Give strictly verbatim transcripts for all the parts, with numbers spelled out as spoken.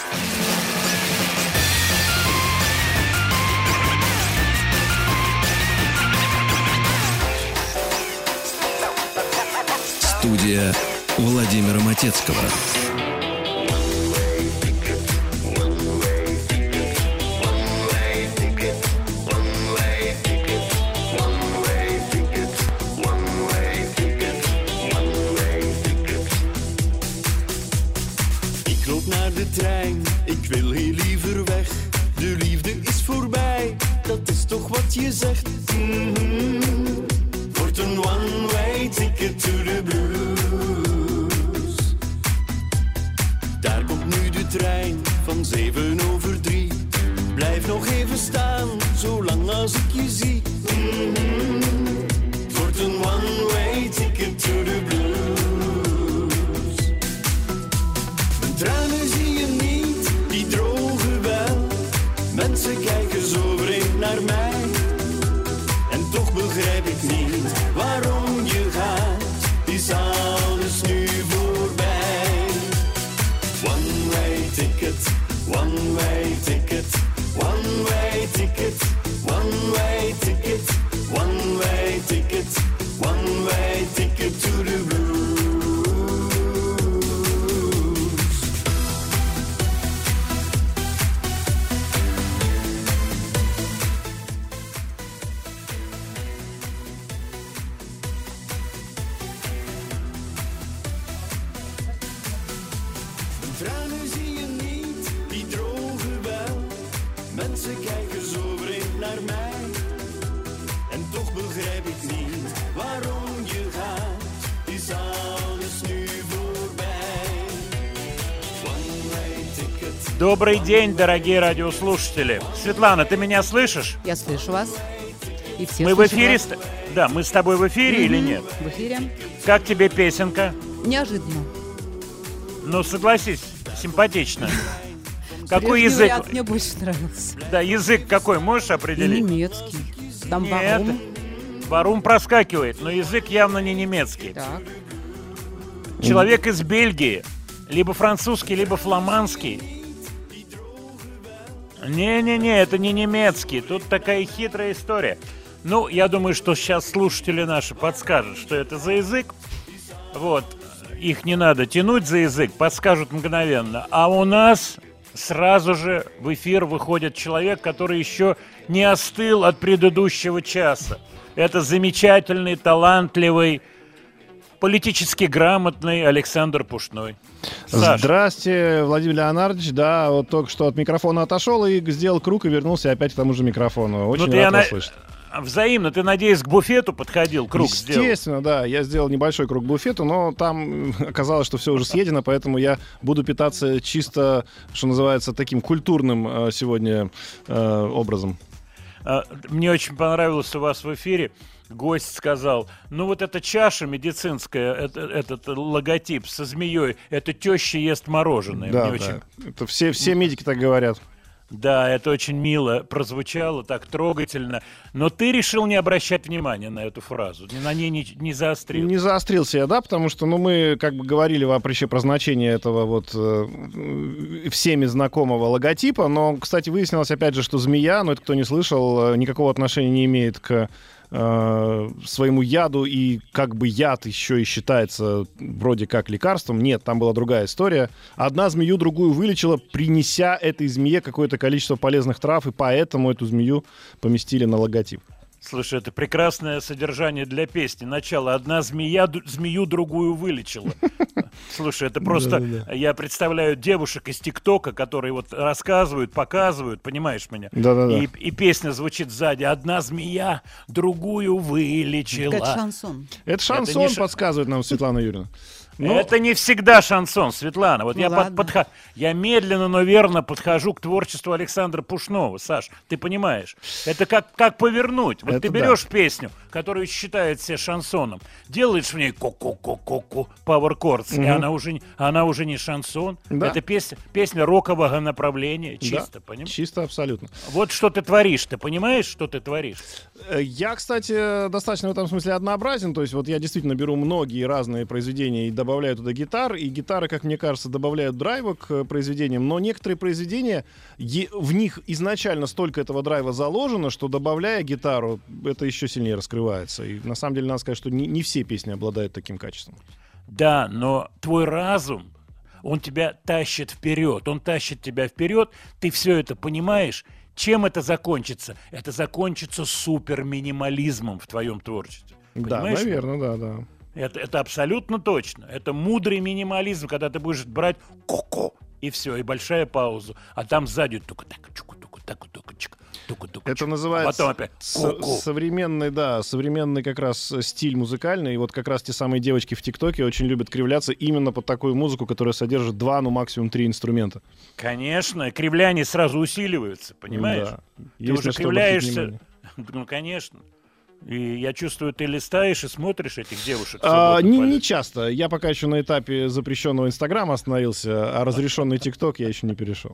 Студия Владимира Матецкого. Ik loop naar de trein, ik wil heel liever weg. De liefde is voorbij, dat is toch wat je zegt. Mm-hmm. Wordt een one-way ticket to the blues. Daar komt nu de trein van zeven over drie. Blijf nog even staan, zolang als ik je zie. Mm-hmm. Wordt een one-way ticket to the blues. Mijn tranen zie je niet, die drogen wel. Mensen kijken zo vreemd naar mij. En toch begrijp ik niet waarom je gaat. Is alles nu voorbij? One way ticket, one way ticket, one way ticket, one way ticket, one way ticket, one way ticket to the blues. Tranen zie je niet, die drogen wel. Mensen kijken zo vreemd naar mij. En toch begrijp ik niet waarom je gaat. Is alles nu voorbij? One-way ticket. Добрый день, дорогие радиослушатели. Светлана, ты меня слышишь? Я слышу вас. И все Мы в слышат эфире? вас. с- Да, мы с тобой в эфире Мгм. или нет? В эфире. Как тебе песенка? Неожиданно. Ну, согласись, симпатично. Какой Прежний язык? вариант мне больше нравился. Да, язык какой, можешь И определить? немецкий. Там Нет. варум. Варум проскакивает, но язык явно не немецкий. Так. Человек из Бельгии. Либо французский, либо фламандский. Не-не-не, это не немецкий. Тут такая хитрая история. Ну, я думаю, что сейчас слушатели наши подскажут, что это за язык. Вот. Их не надо тянуть за язык, подскажут мгновенно. А у нас сразу же в эфир выходит человек, который еще не остыл от предыдущего часа. Это замечательный, талантливый, политически грамотный Александр Пушной. Саш, Здрасте, Владимир Леонардович. Да, вот только что от микрофона отошел и сделал круг и вернулся опять к тому же микрофону. Очень ну ты, рад я вас на- слышать. взаимно, ты, надеюсь, к буфету подходил, круг сделал? Естественно, да. Я сделал небольшой круг к буфету, но там оказалось, что все уже съедено, поэтому я буду питаться чисто, что называется, таким культурным э, сегодня э, образом. А, Мне очень понравилось у вас в эфире. Гость сказал, ну вот эта чаша медицинская, это, этот логотип со змеей, это теща ест мороженое. Да, Мне да. очень... Это все, все медики так говорят. Да, это очень мило прозвучало, так трогательно. Но ты решил не обращать внимания на эту фразу, ни- на ней не, не заострил. Не заострился я, да, потому что, ну, мы как бы говорили вообще про значение этого вот э, всеми знакомого логотипа, но, кстати, выяснилось, опять же, что змея, ну, это кто не слышал, э, никакого отношения не имеет к э, своему яду, и как бы яд еще и считается вроде как лекарством. Нет, там была другая история. Одна змею другую вылечила, принеся этой змее какое-то количество полезных трав, и поэтому эту змею поместили на логотип. Слушай, это прекрасное содержание для песни. Начало. Одна змея ду- змею другую вылечила. Слушай, это просто... Да-да-да. Я представляю девушек из ТикТока, которые вот рассказывают, показывают, понимаешь меня? Да-да-да. И, и песня звучит сзади. Одна змея другую вылечила. Это шансон. Это шансон, не ша- подсказывает нам Светлана Юрьевна. Ну, Это не всегда шансон, Светлана. Вот Ну я, под- ладно. подхо- я медленно, но верно подхожу к творчеству Александра Пушного. Саш, ты понимаешь? Это как, как повернуть. Вот Это ты да. берешь песню, которую считает себя шансоном, делаешь в ней ку-ку-ку-ку-ку power chords, и Мгм. она уже, не- она уже не шансон. Да. Это песня, песня рокового направления. да, Чисто, понимаешь? чисто абсолютно. Вот что ты творишь. Ты понимаешь, что ты творишь? Я, кстати, достаточно в этом смысле однообразен. То есть вот я действительно беру многие разные произведения и добавляю туда гитар. И гитары, как мне кажется, добавляют драйва к произведениям. Но некоторые произведения, в них изначально столько этого драйва заложено, что, добавляя гитару, это еще сильнее раскрывается. И на самом деле надо сказать, что не, не все песни обладают таким качеством. Да, но твой разум, он тебя тащит вперед. Он тащит тебя вперед. Ты все это понимаешь. Чем это закончится? Это закончится суперминимализмом в твоем творчестве. Понимаешь? Да, наверное, да, да. Это, это абсолютно точно. Это мудрый минимализм, когда ты будешь брать ко-ко, и все, и большая пауза. А там сзади только так, чуку, туку, так, туку, чик, туку, туку, это чик. называется а потом опять со- современный, да, современный как раз стиль музыкальный. И вот как раз те самые девочки в ТикТоке очень любят кривляться именно под такую музыку, которая содержит два, ну максимум три инструмента. Конечно, кривляния сразу усиливаются, понимаешь? Да. Ты Есть уже на что обратить кривляешься. внимание. Ну, конечно. И я чувствую, ты листаешь и смотришь этих девушек. А, свободно не, полет. не часто. Я пока еще на этапе запрещенного Инстаграма остановился, а разрешенный ТикТок я еще не перешел.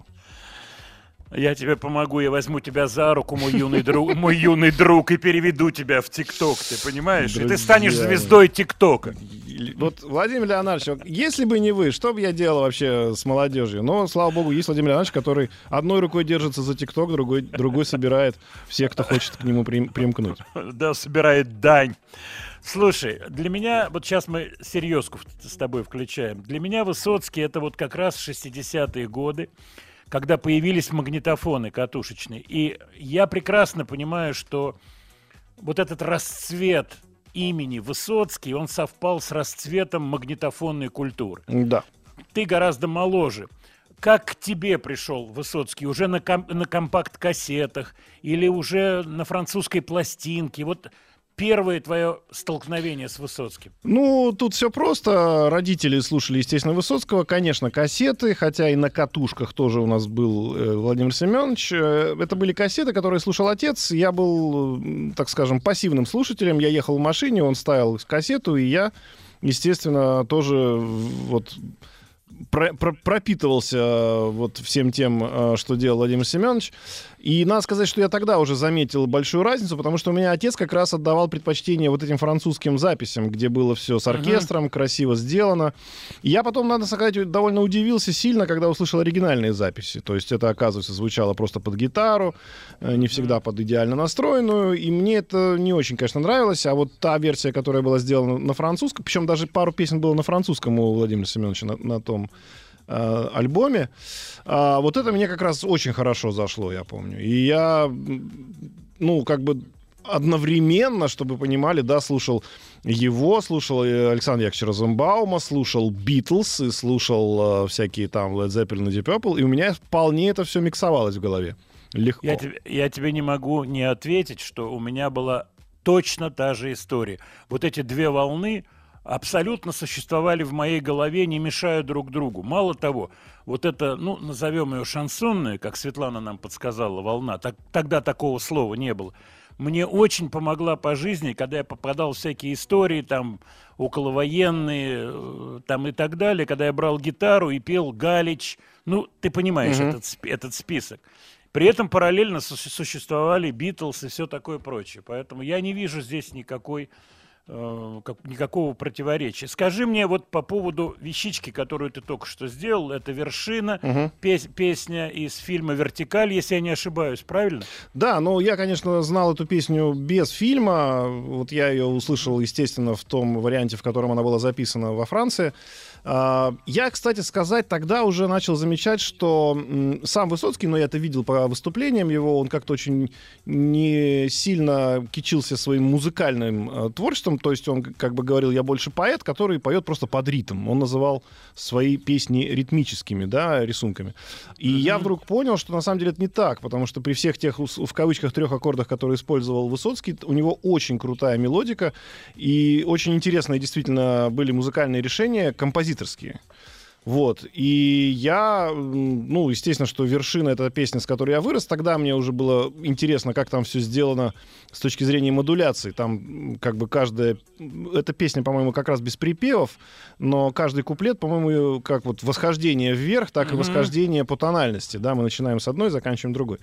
Я тебе помогу, я возьму тебя за руку, мой юный друг, мой юный друг, и переведу тебя в ТикТок, ты понимаешь? И ты Друзья станешь мои. звездой ТикТока. Вот, Владимир Леонардович, вот если бы не вы, что бы я делал вообще с молодежью? Но, слава богу, есть Владимир Леонардович, который одной рукой держится за ТикТок, другой, другой собирает всех, кто хочет к нему прим- примкнуть. Да, собирает дань. Слушай, для меня, вот сейчас мы серьезку с тобой включаем, для меня Высоцкий это вот как раз шестидесятые годы, когда появились магнитофоны катушечные. И я прекрасно понимаю, что вот этот расцвет имени Высоцкий, он совпал с расцветом магнитофонной культуры. Да. Ты гораздо моложе. Как к тебе пришел Высоцкий? Уже на, ком- на компакт-кассетах или уже на французской пластинке? Вот первое твое столкновение с Высоцким. Ну, тут все просто. Родители слушали, естественно, Высоцкого. Конечно, кассеты, хотя и на катушках тоже у нас был э, Владимир Семенович. Э, это были кассеты, которые слушал отец. Я был, э, так скажем, пассивным слушателем. Я ехал в машине, он ставил кассету, и я, естественно, тоже вот про- про- пропитывался вот всем тем, э, что делал Владимир Семенович. И надо сказать, что я тогда уже заметил большую разницу, потому что у меня отец как раз отдавал предпочтение вот этим французским записям, где было все с оркестром, uh-huh. красиво сделано. И я потом, надо сказать, довольно удивился сильно, когда услышал оригинальные записи. То есть это, оказывается, звучало просто под гитару, не всегда под идеально настроенную. И мне это не очень, конечно, нравилось. А вот та версия, которая была сделана на французском, причем даже пару песен было на французском у Владимира Семеновича на, на том э, альбоме, а, вот это мне как раз очень хорошо зашло, я помню. И я, ну, как бы одновременно, чтобы вы понимали, да, слушал его, слушал Александра Яковлевича Розенбаума, слушал Битлз и слушал э, всякие там Led Zeppelin и Deep Purple, и у меня вполне это все миксовалось в голове. Легко. Я тебе, я тебе не могу не ответить, что у меня была точно та же история. Вот эти две волны абсолютно существовали в моей голове, не мешая друг другу. Мало того, вот это, ну, назовем ее шансонная, как Светлана нам подсказала, волна, так, тогда такого слова не было. Мне очень помогла по жизни, когда я попадал в всякие истории, там, околовоенные, там и так далее, когда я брал гитару и пел Галич. Ну, ты понимаешь Угу. этот, этот список. При этом параллельно су- существовали Битлз и все такое прочее. Поэтому я не вижу здесь никакой, э, как, никакого противоречия. Скажи мне вот по поводу вещички, которую ты только что сделал. Это «Вершина», Угу. пес- песня из фильма «Вертикаль», если я не ошибаюсь, правильно? Да, но я, конечно, знал эту песню без фильма. Вот я ее услышал, естественно, в том варианте, в котором она была записана во Франции. Я, кстати сказать, тогда уже начал замечать, что сам Высоцкий, но я это видел по выступлениям его, он как-то очень не сильно кичился своим музыкальным творчеством, то есть он как бы говорил, я больше поэт, который поет просто под ритм. Он называл свои песни ритмическими, да, рисунками. И mm-hmm. я вдруг понял, что на самом деле это не так, потому что при всех тех, в кавычках, трех аккордах, которые использовал Высоцкий, у него очень крутая мелодика, и очень интересные действительно были музыкальные решения, композиторские. Вот. И я, ну, естественно, что вершина — это песня, с которой я вырос. Тогда мне уже было интересно, как там все сделано с точки зрения модуляции. Там как бы каждая... Эта песня, по-моему, как раз без припевов, но каждый куплет, по-моему, как вот восхождение вверх, так mm-hmm. и восхождение по тональности. Да, мы начинаем с одной, заканчиваем другой.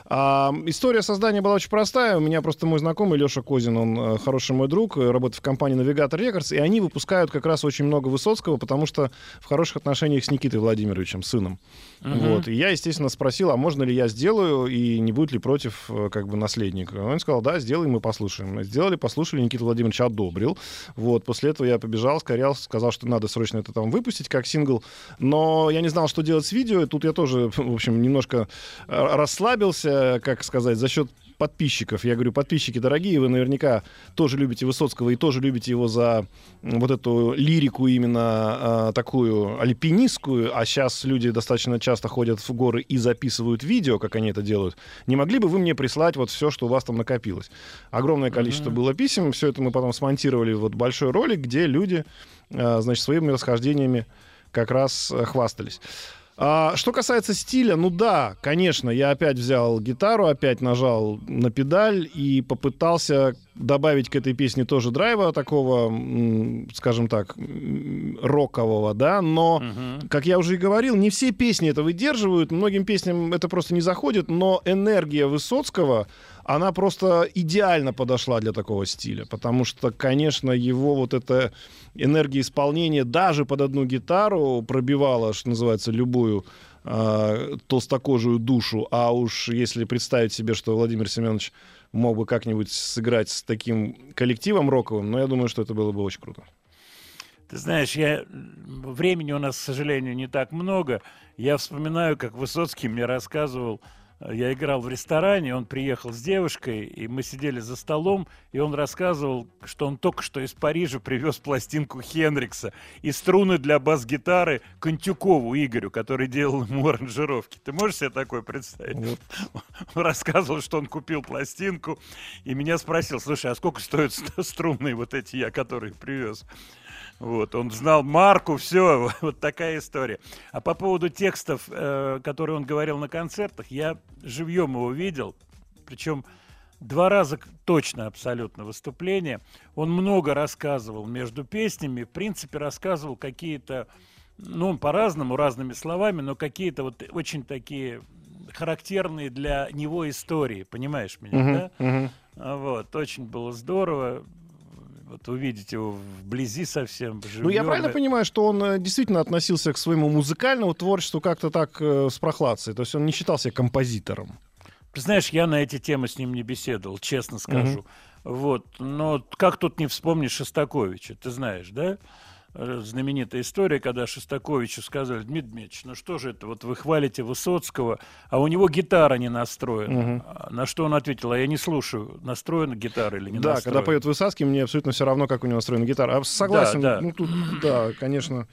А, история создания была очень простая. У меня просто мой знакомый Леша Козин, он хороший мой друг, работает в компании «Навигатор Рекордс», и они выпускают как раз очень много Высоцкого, потому что в хороших отношениях с Никитой Владимировичем, сыном. Uh-huh. Вот. И я, естественно, спросил, а можно ли я сделаю, и не будет ли против как бы наследника. Он сказал, да, сделай, мы послушаем. Сделали, послушали, Никита Владимирович одобрил. Вот. После этого я побежал, скорял, сказал, что надо срочно это там выпустить как сингл. Но я не знал, что делать с видео, и тут я тоже, в общем, немножко расслабился, как сказать, за счет подписчиков. Я говорю, подписчики дорогие, вы наверняка тоже любите Высоцкого и тоже любите его за вот эту лирику именно э, такую альпинистскую, а сейчас люди достаточно часто ходят в горы и записывают видео, как они это делают. Не могли бы вы мне прислать вот все, что у вас там накопилось? Огромное количество mm-hmm. было писем, все это мы потом смонтировали в вот большой ролик, где люди, э, значит, своими расхождениями как раз э, хвастались. А, что касается стиля, ну да, конечно, я опять взял гитару, опять нажал на педаль и попытался добавить к этой песне тоже драйва такого, скажем так, рокового, да, но, uh-huh. как я уже и говорил, не все песни это выдерживают, многим песням это просто не заходит, но энергия Высоцкого, она просто идеально подошла для такого стиля, потому что, конечно, его вот эта энергия исполнения даже под одну гитару пробивала, что называется, любую э, толстокожую душу, а уж если представить себе, что Владимир Семенович мог бы как-нибудь сыграть с таким коллективом роковым, но я думаю, что это было бы очень круто. Ты знаешь, я... времени у нас, к сожалению, не так много. Я вспоминаю, как Высоцкий мне рассказывал, я играл в ресторане, он приехал с девушкой, и мы сидели за столом, и он рассказывал, что он только что из Парижа привез пластинку Хендрикса и струны для бас-гитары Контюкову Игорю, который делал ему аранжировки. Ты можешь себе такое представить? Вот. Он рассказывал, что он купил пластинку, и меня спросил, слушай, а сколько стоят струнные вот эти я, которые привез? Вот, он знал марку, все, вот такая история. А по поводу текстов, э, которые он говорил на концертах, я живьем его видел, причем два раза точно абсолютно выступление. Он много рассказывал между песнями, в принципе, рассказывал какие-то, ну, он по-разному, разными словами, но какие-то вот очень такие характерные для него истории, понимаешь меня, uh-huh, да? Uh-huh. Вот, очень было здорово. Вот увидеть его вблизи совсем. Живьем. Ну, я правильно понимаю, что он э, действительно относился к своему музыкальному творчеству как-то так э, с прохладцей? То есть он не считал себя композитором? Ты знаешь, я на эти темы с ним не беседовал, честно скажу. Угу. Вот. Но как тут не вспомнить Шостаковича? Ты знаешь, да? Знаменитая история, когда Шостаковичу сказали: Дмитрий Дмитриевич, ну что же это, вот вы хвалите Высоцкого, а у него гитара не настроена. Угу. На что он ответил: а я не слушаю, настроена гитара или не да, настроена. Да, когда поет Высоцкий, мне абсолютно все равно, как у него настроена гитара. А согласен, да, да. Ну, тут, да, конечно.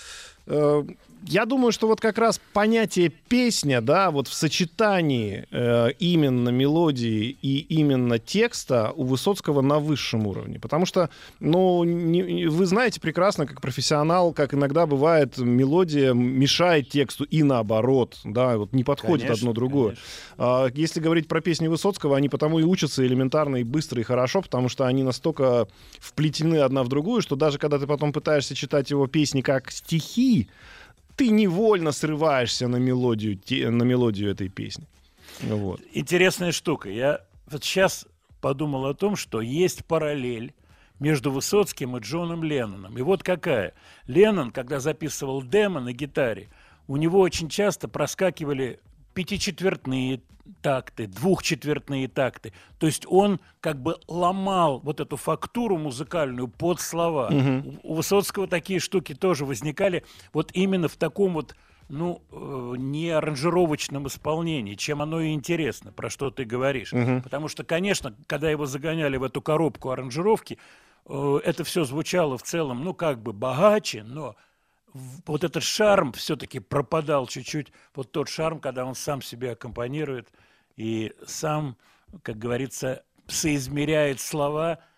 Я думаю, что вот как раз понятие песня, да, вот в сочетании э, именно мелодии и именно текста у Высоцкого на высшем уровне. Потому что, ну, не, вы знаете прекрасно, как профессионал, как иногда бывает, мелодия мешает тексту и наоборот, да, вот не подходит конечно, одно другое. А, если говорить про песни Высоцкого, они потому и учатся элементарно и быстро и хорошо, потому что они настолько вплетены одна в другую, что даже когда ты потом пытаешься читать его песни как стихи, ты невольно срываешься на мелодию, на мелодию этой песни. Вот. Интересная штука. Я вот сейчас подумал о том, что есть параллель между Высоцким и Джоном Ленноном. И вот какая. Леннон, когда записывал демо на гитаре, у него очень часто проскакивали пятичетвертные такты, двухчетвертные такты. То есть он как бы ломал вот эту фактуру музыкальную под слова. Угу. У Высоцкого такие штуки тоже возникали вот именно в таком вот, ну, не аранжировочном исполнении, чем оно и интересно, про что ты говоришь. Угу. Потому что, конечно, когда его загоняли в эту коробку аранжировки, это все звучало в целом, ну, как бы богаче, но вот этот шарм все-таки пропадал чуть-чуть. Вот тот шарм, когда он сам себе аккомпанирует и сам, как говорится, соизмеряет слова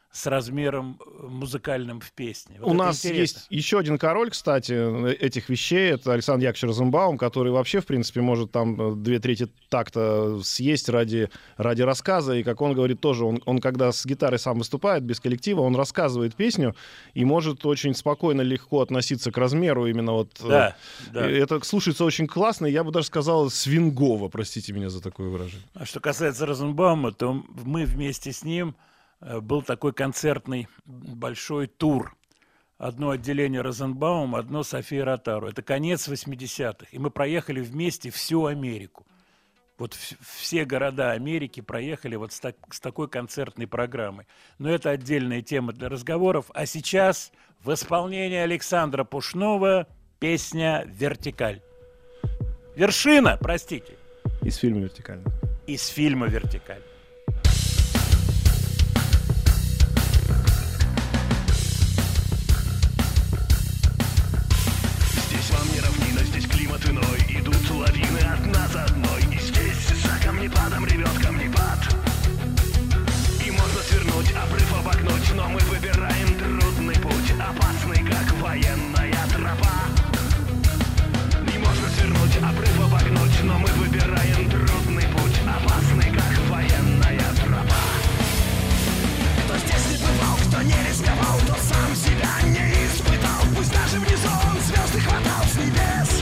с размером музыкальным в песне. Вот У нас интересно. Есть еще один король, кстати, этих вещей. Это Александр Яковлевич Розенбаум, который вообще, в принципе, может там две трети такта съесть ради, ради рассказа. И, как он говорит, тоже, он, он когда с гитарой сам выступает, без коллектива, он рассказывает песню и может очень спокойно, легко относиться к размеру именно вот... Да, да. Это слушается очень классно, и я бы даже сказал, свингово, простите меня за такое выражение. А что касается Розенбаума, то мы вместе с ним... Был такой концертный большой тур. Одно отделение Розенбаум, одно София Ротару. Это конец восьмидесятых. И мы проехали вместе всю Америку. Вот в- все города Америки проехали вот с, так- с такой концертной программой. Но это отдельная тема для разговоров. А сейчас в исполнении Александра Пушного песня «Вертикаль». Вершина, простите. Из фильма «Вертикаль». Из фильма «Вертикаль». Иной, идут лавины одна за одной, и здесь за камнепадом ревет камнепад. И можно свернуть, обрыв обогнуть, но мы выбираем трудный путь, опасный, как военная тропа. И можно свернуть, обрыв обогнуть, но мы выбираем трудный путь, опасный, как военная тропа. Кто здесь не бывал, кто не рисковал, тот сам себя не испытал. Пусть даже внизу он звезды хватал с небес.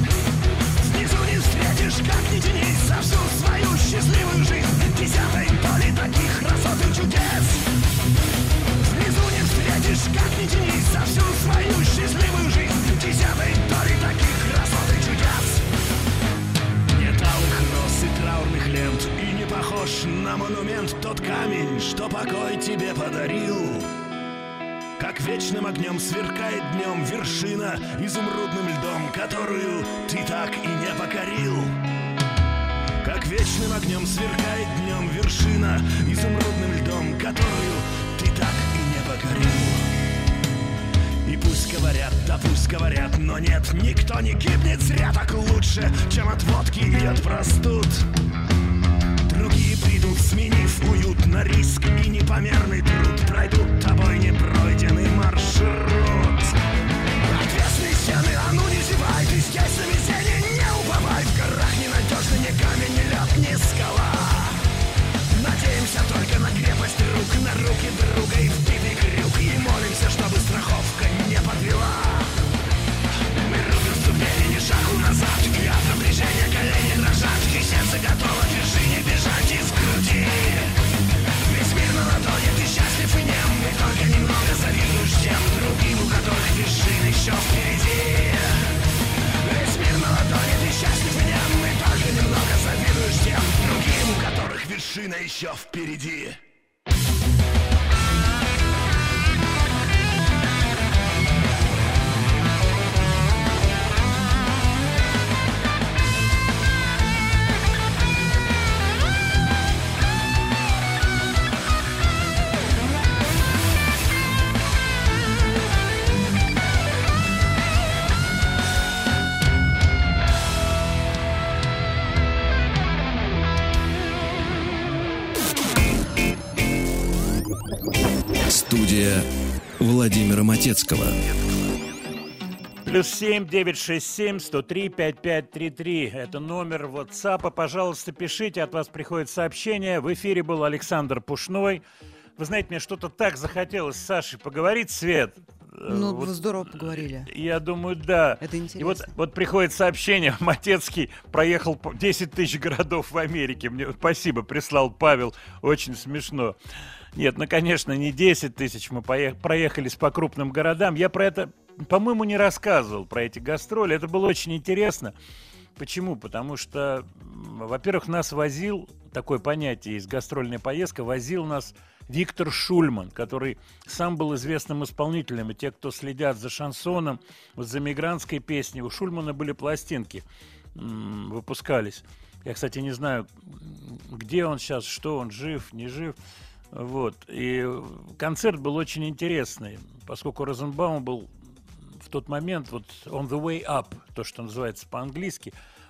Как ни тянись за всю свою счастливую жизнь, десятой доли таких красот и чудес. Внизу не встретишь, как ни тянись за всю свою счастливую жизнь, десятой доли таких красот и чудес. Нет алых роз и траурных лент, и не похож на монумент тот камень, что покой тебе подарил. Как вечным огнем сверкает днем вершина изумрудным льдом, которую ты так и не покорил. Как вечным огнем сверкает днем вершина изумрудным льдом, которую ты так и не покорил. И пусть говорят, да пусть говорят, но нет, никто не гибнет зря так лучше, чем от водки и от простуд. Другие придут, сменив уют на риск и непомерный труд, пройдут тобой непройденный маршрут. Отвесные стены, а ну не зевай, ты здесь на везение не уповай. В горах ненадежный ни камень, ни лед, ни скала. Надеемся только на крепость рук, на руки друга и вбитый крюк, и молимся, чтобы страховка не подвела. Мы рубим ступени, ни шагу назад, и от напряжения колени дрожат, и сердце готово к вершине бежать из груди. Весь мир на ладони, ты счастлив и нем, и только немного завидуешь тем другим, у которых вершины еще впереди. Весь мир на ладони, ты счастлив и нем, и только немного завидуешь тем другим, у которых вершина еще впереди. Студия Владимира Матецкого. Плюс семь девятьсот шестьдесят семь сто три пятьдесят пять тридцать три. Это номер WhatsApp. Пожалуйста, пишите. От вас приходит сообщение. В эфире был Александр Пушной. Вы знаете, мне что-то так захотелось с Сашей поговорить, Свет. Ну, вот, вы здорово поговорили. Я думаю, да. Это интересно. И вот, вот приходит сообщение. Матецкий проехал десять тысяч городов в Америке. Мне спасибо, прислал Павел. Очень смешно. Нет, ну, конечно, не десять тысяч. Мы поех- проехались по крупным городам. Я про это, по-моему, не рассказывал, про эти гастроли. Это было очень интересно. Почему? Потому что, во-первых, нас возил, такое понятие есть, гастрольная поездка, возил нас Виктор Шульман, который сам был известным исполнителем. И те, кто следят за шансоном, вот за мигрантской песней, у Шульмана были пластинки, м- выпускались. Я, кстати, не знаю, где он сейчас, что он, жив, не жив. Вот. И концерт был очень интересный, поскольку Розенбаум был в тот момент вот on the way up, то, что называется по-английски.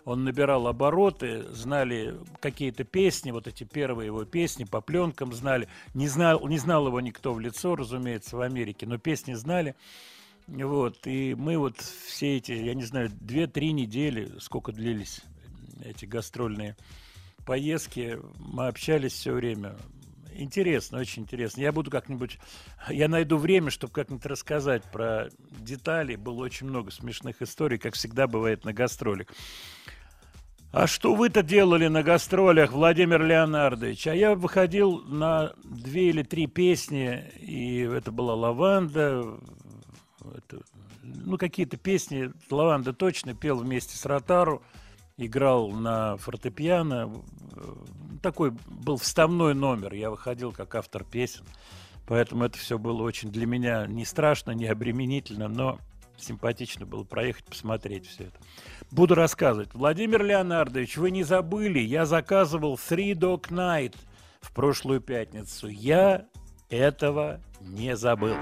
он набирал обороты, знали какие-то песни, вот эти первые его песни, по пленкам знали. Не знал, не знал его никто в лицо, разумеется, в Америке, но песни знали. Вот, и мы вот все эти, я не знаю, две-три недели, сколько длились эти гастрольные поездки, мы общались все время. Интересно, очень интересно. Я буду как-нибудь, я найду время, чтобы как-нибудь рассказать про детали. Было очень много смешных историй, как всегда бывает на гастролях. А что вы-то делали на гастролях, Владимир Леонардович? А я выходил на две или три песни, и это была «Лаванда», это, ну, какие-то песни. «Лаванда» точно пел вместе с Ротару, играл на фортепиано. Такой был вставной номер. Я выходил как автор песен. Поэтому это все было очень для меня не страшно, не обременительно, но симпатично было проехать, посмотреть все это. Буду рассказывать. Владимир Леонардович, вы не забыли, я заказывал Three Dog Night в прошлую пятницу. Я этого не забыл.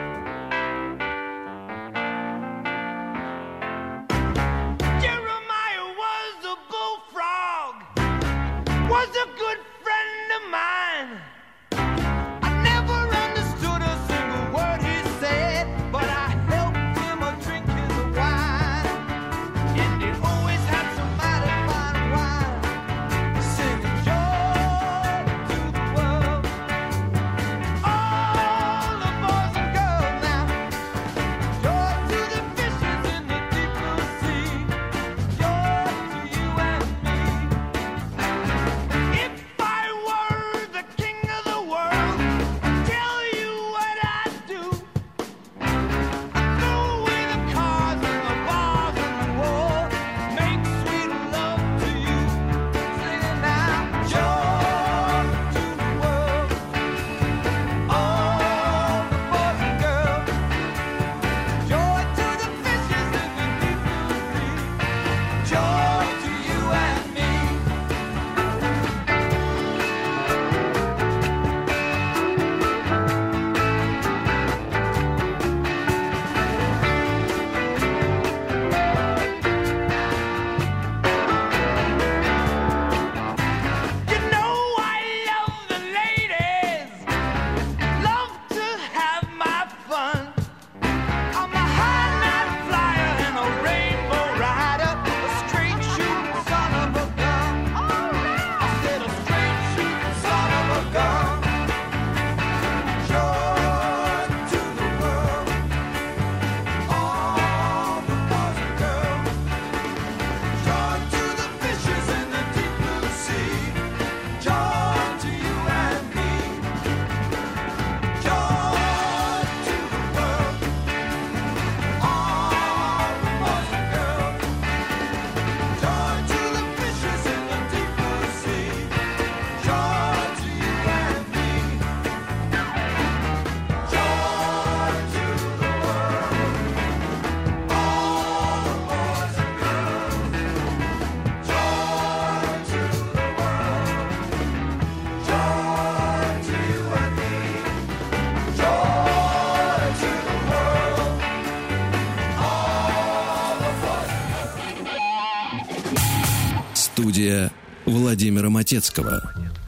Студия Владимира Матецкого.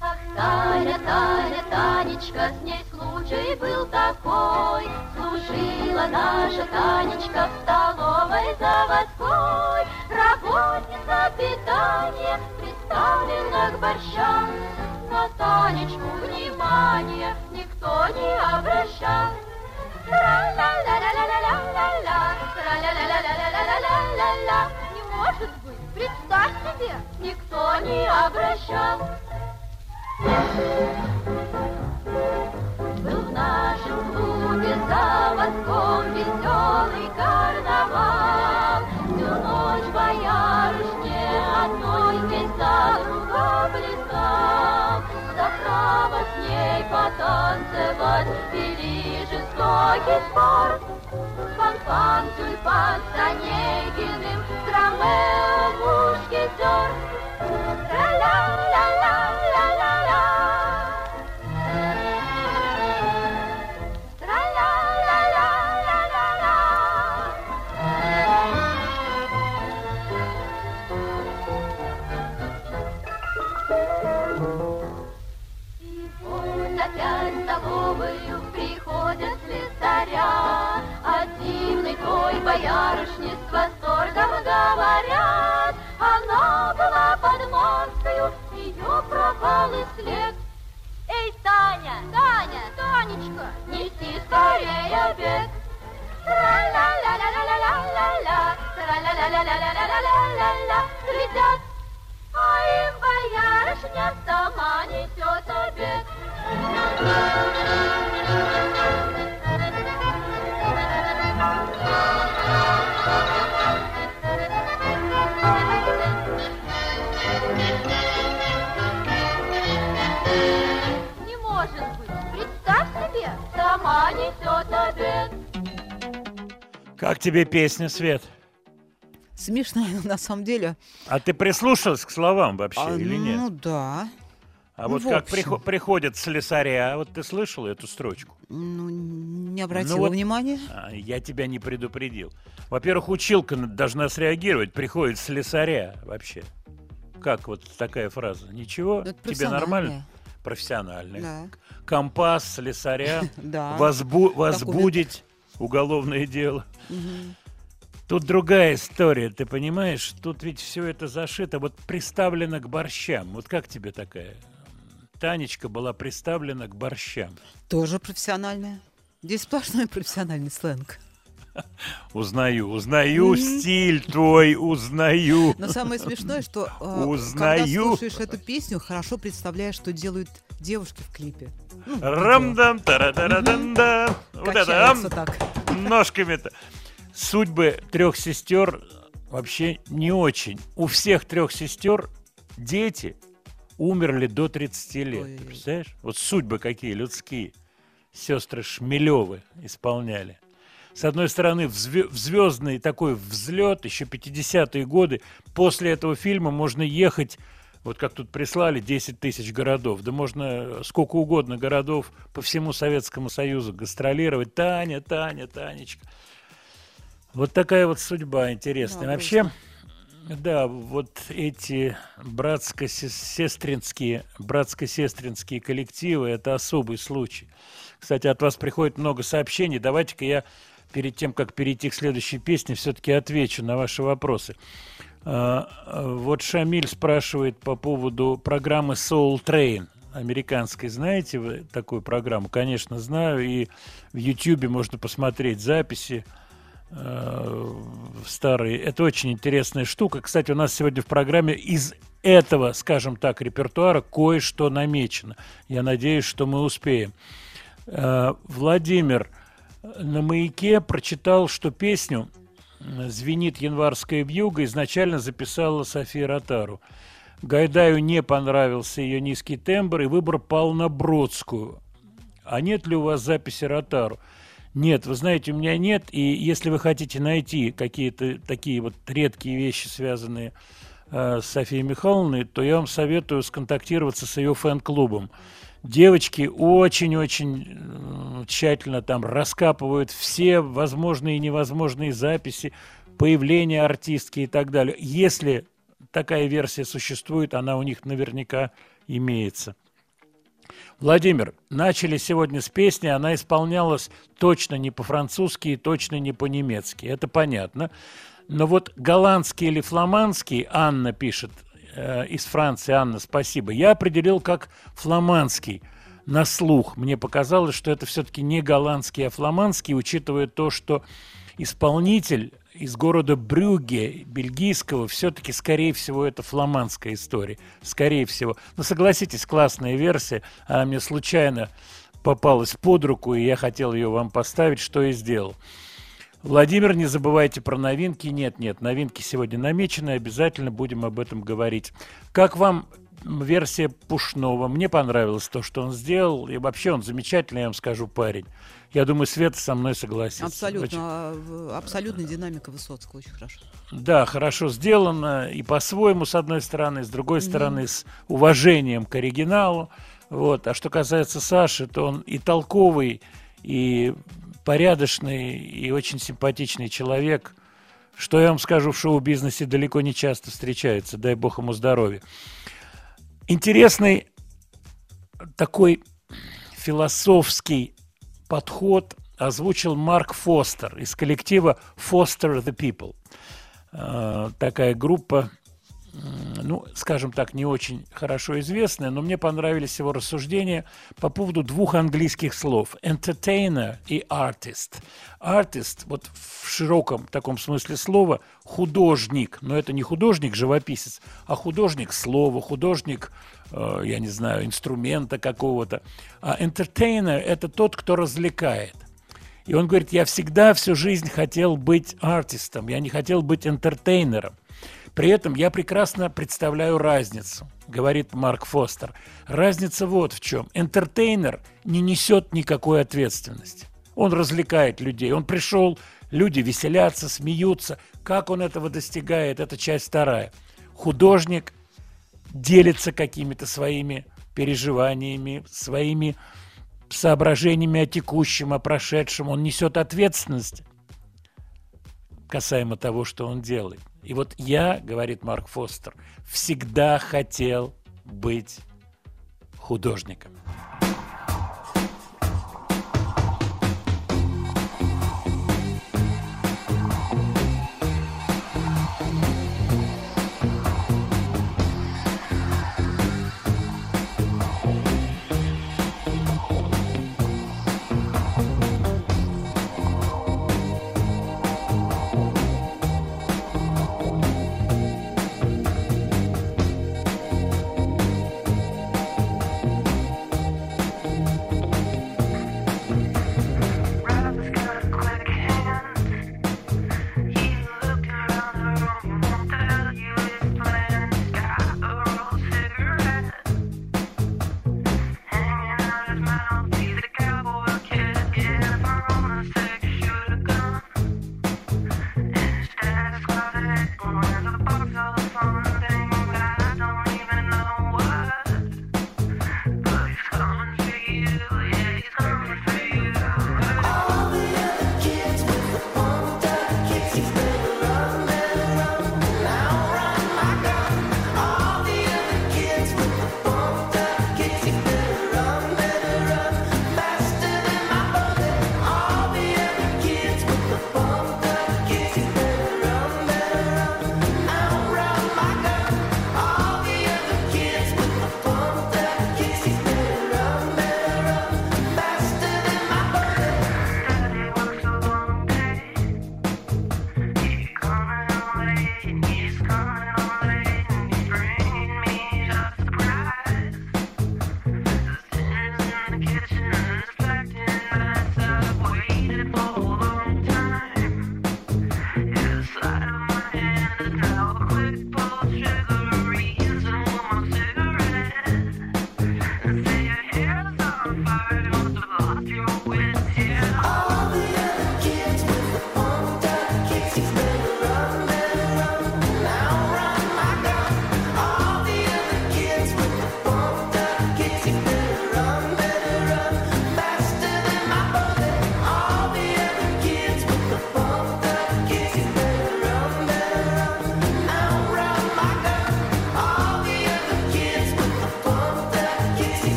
Таня, Таня, Танечка, с ней случай был такой. Служила наша Танечка в столовой заводской. Работница питания приставлена к борщам. На Танечку внимания никто не обращал. Тра-ля-ля-ля-ля-ля-ля-ля, тра-ля-ля-ля-ля-ля-ля-ля. Не может быть, представь себе, никто не обращал. Был в нашем клубе заводском веселый карнавал. Всю ночь боярышне одной весь зал плясал. За право с ней потанцевать вели жестокий спор. Фан-фан, тюльпан с Онегиным, с Ромео мушкетер. Тра-ля-ля-ля-ля-ля-ля. Тра-ля-ля-ля-ля-ля-ля. ля-ля-ля-ля-ля-ля-ля-ля летят, а им боярышня сама несет обед. Не может быть, представь себе, сама несет обед. Как тебе песня, Свет? Смешная, на самом деле. А ты прислушалась к словам вообще А, или нет? Ну да. А ну, вот в как общем. прихо- приходят слесаря, вот ты слышала эту строчку? Ну, не обратила Ну вот, внимания. а, я тебя не предупредил. Во-первых, училка должна среагировать, приходит слесаря вообще. Как вот такая фраза? Ничего? Ну, это Тебе нормально? профессиональная. Профессиональный. Да. Компас слесаря, Да. возбу- возбудить уголовное дело. Тут другая история, ты понимаешь? Тут ведь все это зашито, вот приставлено к борщам. Вот как тебе такая? Танечка была приставлена к борщам. Тоже профессиональная. Здесь сплошной профессиональный сленг. Узнаю, узнаю стиль твой, узнаю. Но самое смешное, что э, Узнаю. когда слушаешь эту песню, хорошо представляешь, что делают девушки в клипе. Ну, видео. Рамдам, тарадараданда. Вот это, ам, Качаются так. ножками-то. Судьбы трех сестер вообще не очень. У всех трех сестер дети умерли до тридцати лет. Ой. Ты представляешь? Вот судьбы какие людские. Сестры Шмелевы исполняли. С одной стороны, в звездный такой взлет, еще пятидесятые годы. После этого фильма можно ехать, вот как тут прислали, десять тысяч городов. Да можно сколько угодно городов по всему Советскому Союзу гастролировать. Таня, Таня, Танечка. Вот такая вот судьба интересная. Да, Вообще, да, вот эти братско-сестринские, братско-сестринские коллективы – это особый случай. Кстати, от вас приходит много сообщений. Давайте-ка я перед тем, как перейти к следующей песне, все-таки отвечу на ваши вопросы. Вот Шамиль спрашивает по поводу программы Soul Train американской. Знаете вы такую программу? Конечно, знаю. И в Ютьюбе можно посмотреть записи старые. Это очень интересная штука. Кстати, у нас сегодня в программе из этого, скажем так, репертуара кое-что намечено. Я надеюсь, что мы успеем. Владимир на «Маяке» прочитал, что песню «Звенит январская вьюга» изначально записала София Ротару. Гайдаю не понравился ее низкий тембр, и выбор пал на Бродскую. А нет ли у вас записи Ротару? Нет, вы знаете, у меня нет, и если вы хотите найти какие-то такие вот редкие вещи, связанные э, с Софией Михайловной, то я вам советую сконтактироваться с ее фэн-клубом. Девочки очень-очень тщательно там раскапывают все возможные и невозможные записи, появления артистки и так далее. Если такая версия существует, она у них наверняка имеется. Владимир, начали сегодня с песни, она исполнялась точно не по-французски и точно не по-немецки. Это понятно. Но вот голландский или фламандский, Анна пишет, из Франции, Анна, спасибо. Я определил как фламандский на слух. Мне показалось, что это все-таки не голландский, а фламандский, учитывая то, что исполнитель из города Брюгге, бельгийского, все-таки, скорее всего, это фламандская история. Скорее всего. Но согласитесь, классная версия. Она мне случайно попалась под руку, и я хотел ее вам поставить, что и сделал. Владимир, не забывайте про новинки. Нет, нет, новинки сегодня намечены, обязательно будем об этом говорить. Как вам версия Пушного? Мне понравилось то, что он сделал, и вообще он замечательный, я вам скажу, парень. Я думаю, Света со мной согласится. Абсолютно, очень... абсолютно динамика Высоцкого, очень хорошо. Да, хорошо сделано, и по-своему, с одной стороны, с другой стороны, mm-hmm. с уважением к оригиналу. Вот. А что касается Саши, то он и толковый, и порядочный и очень симпатичный человек. Что я вам скажу, в шоу-бизнесе далеко не часто встречается, дай бог ему здоровья. Интересный такой философский подход озвучил Марк Фостер из коллектива Foster the People. Такая группа ну, скажем так, не очень хорошо известное, но мне понравились его рассуждения по поводу двух английских слов – entertainer и artist. Artist, вот в широком таком смысле слова, художник, но это не художник-живописец, а художник слова, художник, э, я не знаю, инструмента какого-то. А entertainer – это тот, кто развлекает. И он говорит, я всегда всю жизнь хотел быть артистом, я не хотел быть энтертейнером. При этом я прекрасно представляю разницу, говорит Марк Фостер. Разница вот в чем. Энтертейнер не несет никакой ответственности. Он развлекает людей. Он пришел, люди веселятся, смеются. Как он этого достигает, это часть вторая. Художник делится какими-то своими переживаниями, своими соображениями о текущем, о прошедшем. Он несет ответственность касаемо того, что он делает. И вот я, говорит Марк Фостер, всегда хотел быть художником.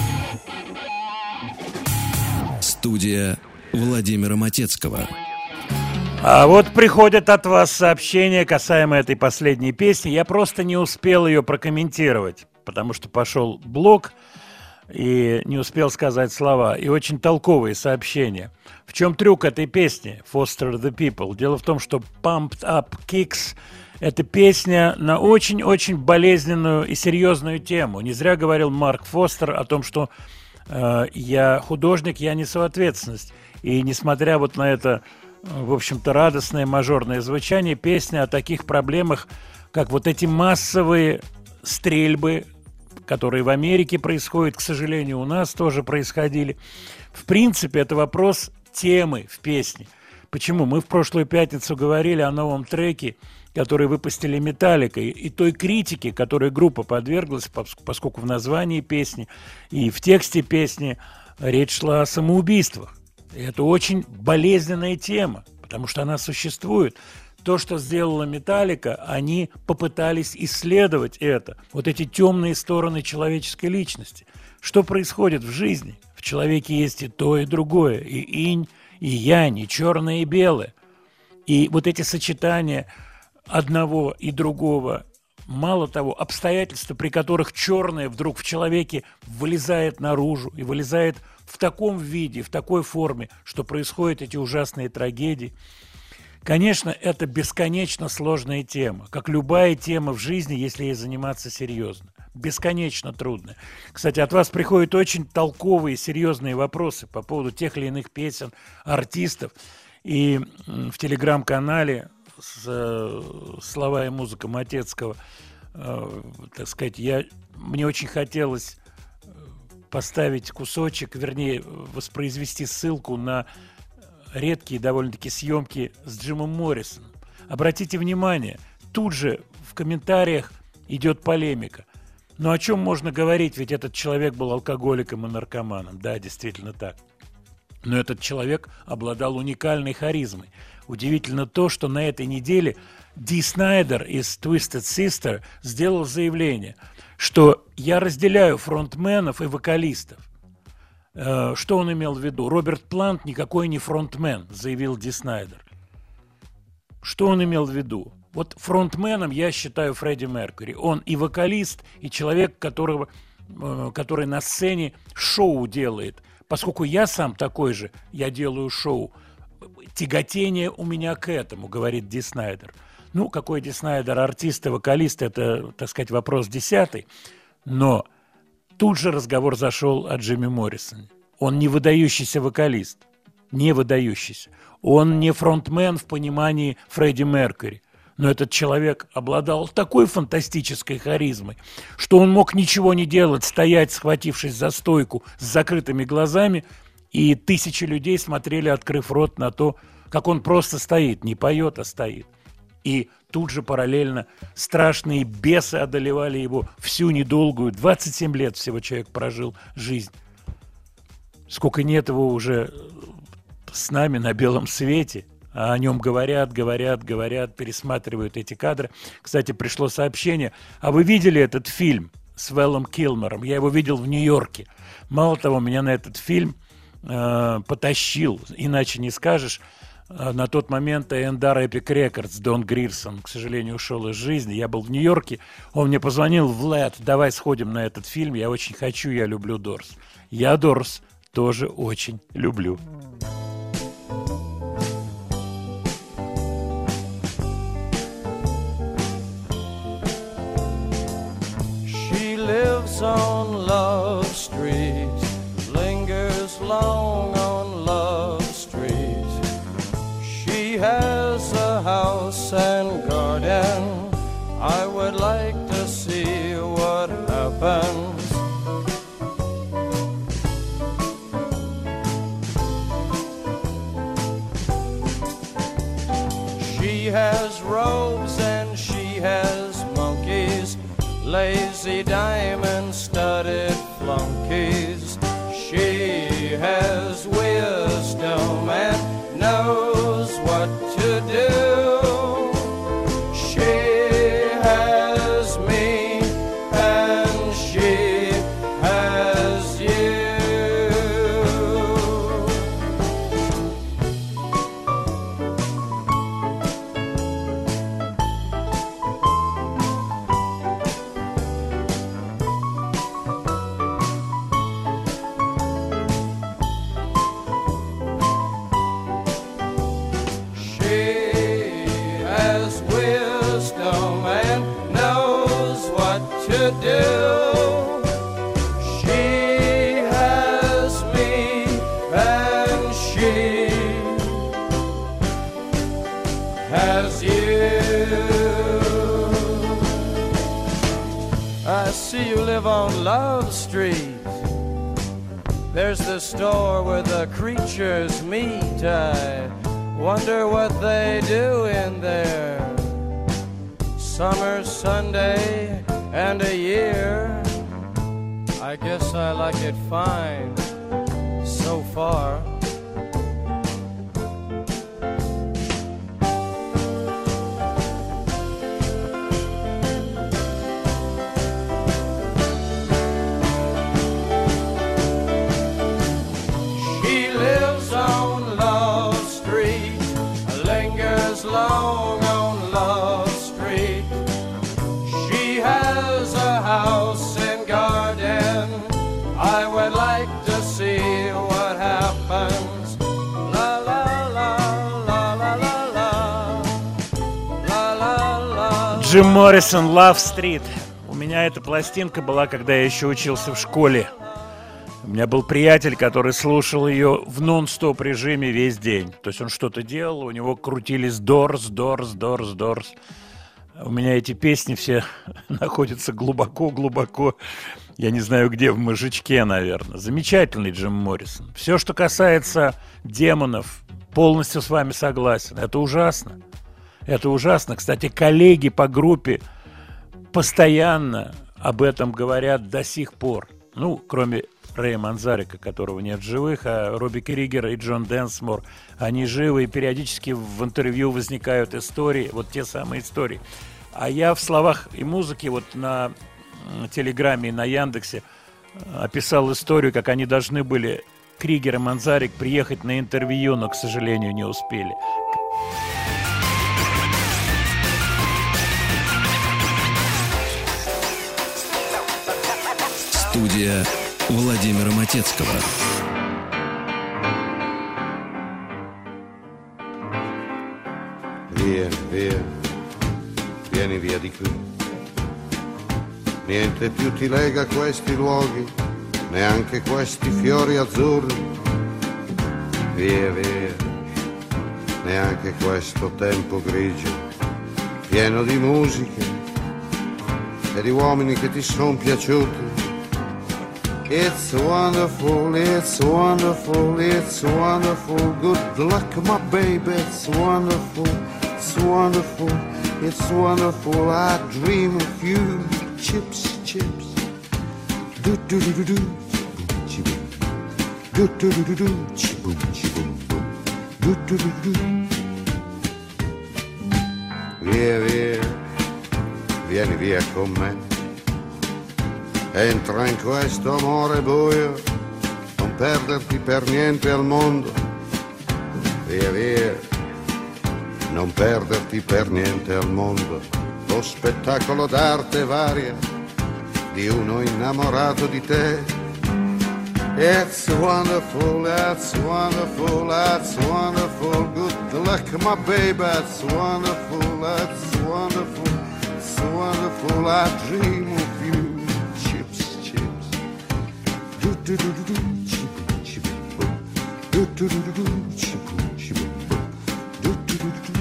Студия Владимира Матецкого. А вот приходят от вас сообщения касаемо этой последней песни. Я просто не успел ее прокомментировать, потому что пошел блок и не успел сказать слова. И очень толковые сообщения. В чем трюк этой песни «Foster the People»? Дело в том, что «Pumped Up Kicks» — это песня на очень-очень болезненную и серьезную тему. Не зря говорил Марк Фостер о том, что э, я художник, я несу ответственность. И несмотря вот на это, в общем-то, радостное мажорное звучание, песня о таких проблемах, как вот эти массовые стрельбы, которые в Америке происходят, к сожалению, у нас тоже происходили. В принципе, это вопрос темы в песне. Почему? Мы в прошлую пятницу говорили о новом треке, который выпустили Металлика, и той критике, которой группа подверглась, поскольку в названии песни и в тексте песни речь шла о самоубийствах. И это очень болезненная тема, потому что она существует. То, что сделала Металлика, они попытались исследовать это, вот эти темные стороны человеческой личности. Что происходит в жизни? В человеке есть и то, и другое, и инь, и янь, и черное, и белое. И вот эти сочетания одного и другого, мало того, обстоятельства, при которых черное вдруг в человеке вылезает наружу и вылезает в таком виде, в такой форме, что происходят эти ужасные трагедии. Конечно, это бесконечно сложная тема, как любая тема в жизни, если ей заниматься серьезно. Бесконечно трудная. Кстати, от вас приходят очень толковые, серьезные вопросы по поводу тех или иных песен, артистов. И в телеграм-канале «Слова и музыка» Матецкого, э, так сказать, я, мне очень хотелось поставить кусочек, вернее, воспроизвести ссылку на редкие довольно-таки съемки с Джимом Моррисоном. Обратите внимание, тут же в комментариях идет полемика. Но о чем можно говорить, ведь этот человек был алкоголиком и наркоманом. Да, действительно так. Но этот человек обладал уникальной харизмой. Удивительно то, что на этой неделе Ди Снайдер из Twisted Sister сделал заявление, что я разделяю фронтменов и вокалистов. Что он имел в виду? Роберт Плант никакой не фронтмен, заявил Ди Снайдер. Что он имел в виду? Вот фронтменом я считаю Фредди Меркьюри. Он и вокалист, и человек, которого, который на сцене шоу делает. Поскольку я сам такой же, я делаю шоу. Тяготение у меня к этому, говорит Ди Снайдер. Ну, какой Ди Снайдер, артист и вокалист, это, так сказать, вопрос десятый. Но тут же разговор зашел о Джимми Моррисоне. Он не выдающийся вокалист, не выдающийся. Он не фронтмен в понимании Фредди Меркьюри. Но этот человек обладал такой фантастической харизмой, что он мог ничего не делать, стоять, схватившись за стойку с закрытыми глазами, и тысячи людей смотрели, открыв рот, на то, как он просто стоит, не поет, а стоит. И тут же параллельно страшные бесы одолевали его всю недолгую, двадцать семь лет всего человек прожил жизнь. Сколько нет его уже с нами на белом свете, а о нем говорят, говорят, говорят, пересматривают эти кадры. Кстати, пришло сообщение, а вы видели этот фильм с Вэллом Килмером? Я его видел в Нью-Йорке. Мало того, меня на этот фильм э, потащил, иначе не скажешь, на тот момент эй энд ар Epic Records, Дон Грирсон, к сожалению, ушел из жизни. Я был в Нью-Йорке, он мне позвонил: Влад, давай сходим на этот фильм, я очень хочу, я люблю Дорс. Я Дорс тоже очень люблю. She lives on Love Street, lingers long on Love Street. She has a house and garden. I would like to see what happens. She has robes and she has monkeys, lazy diamond-studded flunkies. She has wisdom and knows what to do. She has me and she has you. as you. I see you live on Love Street. There's the store where the creatures meet. I wonder what they do in there. Summer, Sunday, and a year. I guess I like it fine so far. Long on Love Street. She has a house and garden. I would like to see what happens. La la la la la la la la la la. Джим Моррисон, Love Street. У меня эта пластинка была, когда я еще учился в школе. У меня был приятель, который слушал ее в нон-стоп режиме весь день. То есть он что-то делал, у него крутились Doors, Doors, Doors, Doors. У меня эти песни все находятся глубоко-глубоко, я не знаю где, в мозжечке, наверное. Замечательный Джим Моррисон. Все, что касается демонов, полностью с вами согласен. Это ужасно. Это ужасно. Кстати, коллеги по группе постоянно об этом говорят до сих пор. Ну, кроме Рэя Манзарика, которого нет в живых, а Робби Кригер и Джон Дэнсмор, они живы, и периодически в интервью возникают истории, вот те самые истории. А я в словах и музыке вот на Телеграме и на Яндексе описал историю, как они должны были, Кригер и Манзарик, приехать на интервью, но, к сожалению, не успели. Студия Владимира Матецкого. Via, via, vieni via di qui. Niente più ti lega a questi luoghi, neanche questi fiori azzurri. Via, via, neanche questo tempo grigio, pieno di musiche e di uomini che ti son piaciuti. It's wonderful, it's wonderful, it's wonderful. Good luck, my baby, it's wonderful, it's wonderful, it's wonderful. I dream of you, chips, chips. Do do do do do, chiboom, do do do do do, chiboom, chiboom, boom, do do do do. Via, via, vieni via con me. Entra in questo amore buio, non perderti per niente al mondo. Via, via, non perderti per niente al mondo. Lo spettacolo d'arte varia di uno innamorato di te. It's wonderful, it's wonderful, it's wonderful. Good luck, my baby, it's wonderful, it's wonderful, it's wonderful. I dream of you. Do do do do, chiboom, chiboom, boom. Do do do do do, chiboom, chiboom, boom. Do do do do do.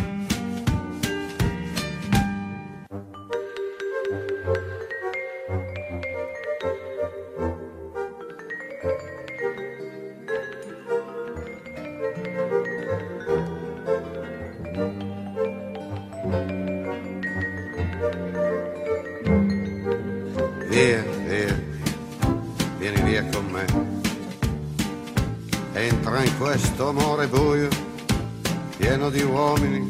Via, via, vieni via con me. Entra in questo amore buio, pieno di uomini.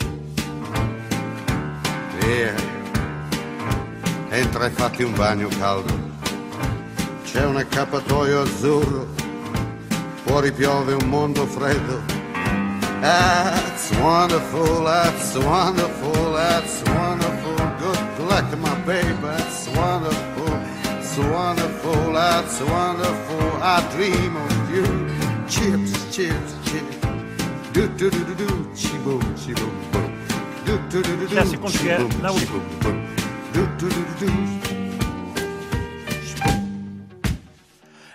Via, entra e fatti un bagno caldo. C'è un accappatoio azzurro, fuori piove un mondo freddo. That's wonderful, that's wonderful, that's wonderful. Good luck, my baby, that's wonderful, it's wonderful, that's wonderful. I dream of you. Chips, chips, chips. Do do do do do, chiboom, chiboom, boom. Do do do do do, chiboom, chiboom, boom. Do do do do do.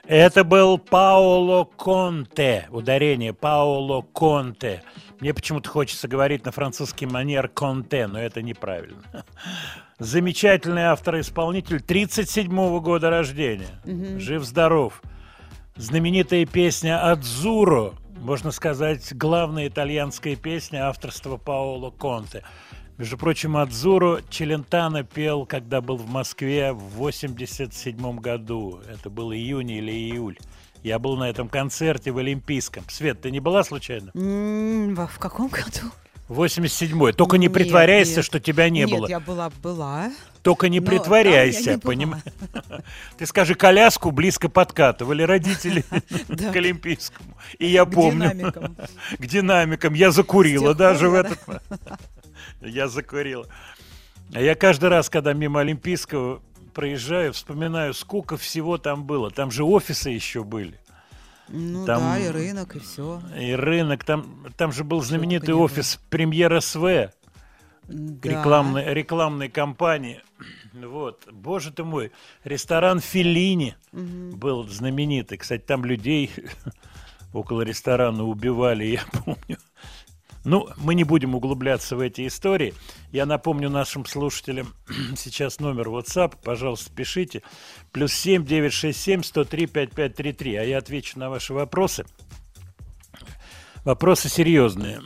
Это был Паоло Конте, ударение Паоло Конте. Мне почему-то хочется говорить на французский манер Конте, но это неправильно. Замечательный автор-исполнитель, тридцать седьмого года рождения. Угу. Жив-здоров. Знаменитая песня «Адзуро», можно сказать, главная итальянская песня авторства Паоло Конте. Между прочим, «Адзуро» Челентано пел, когда был в Москве в восемьдесят седьмом году. Это был июнь или июль. Я был на этом концерте в Олимпийском. Свет, ты не была случайно? М-м, в каком году? восемьдесят седьмой. Только не притворяйся, нет. что тебя не нет, было. Нет, я была, была. Только не Но притворяйся, понимаешь? Ты скажи, коляску близко подкатывали родители к Олимпийскому. И я помню. К динамикам. К динамикам. Я закурила даже в этот... Я закурила. А я каждый раз, когда мимо Олимпийского проезжаю, вспоминаю, сколько всего там было. Там же офисы еще были. Ну там, да, и рынок, и все. И рынок. Там, там же был знаменитый офис Премьер СВ. Да. Рекламной, рекламной кампании. Вот. Боже ты мой. Ресторан Феллини угу. был знаменитый. Кстати, там людей около ресторана убивали, я помню. Ну, мы не будем углубляться в эти истории. Я напомню нашим слушателям сейчас номер WhatsApp. Пожалуйста, пишите. Плюс семь девятьсот шестьдесят семь сто три пятьдесят пять тридцать три. А я отвечу на ваши вопросы. Вопросы серьезные.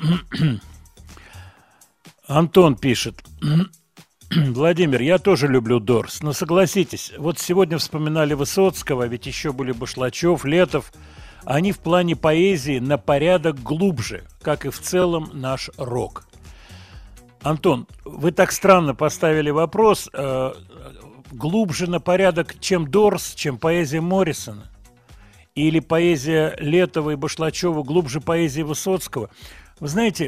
Антон пишет. Владимир, я тоже люблю Дорс. Но согласитесь, вот сегодня вспоминали Высоцкого, ведь еще были Башлачев, Летов. Они в плане поэзии на порядок глубже, как и в целом наш рок. Антон, вы так странно поставили вопрос. Э, глубже на порядок, чем Дорс, чем поэзия Моррисона? Или поэзия Летова и Башлачева глубже поэзии Высоцкого? Вы знаете,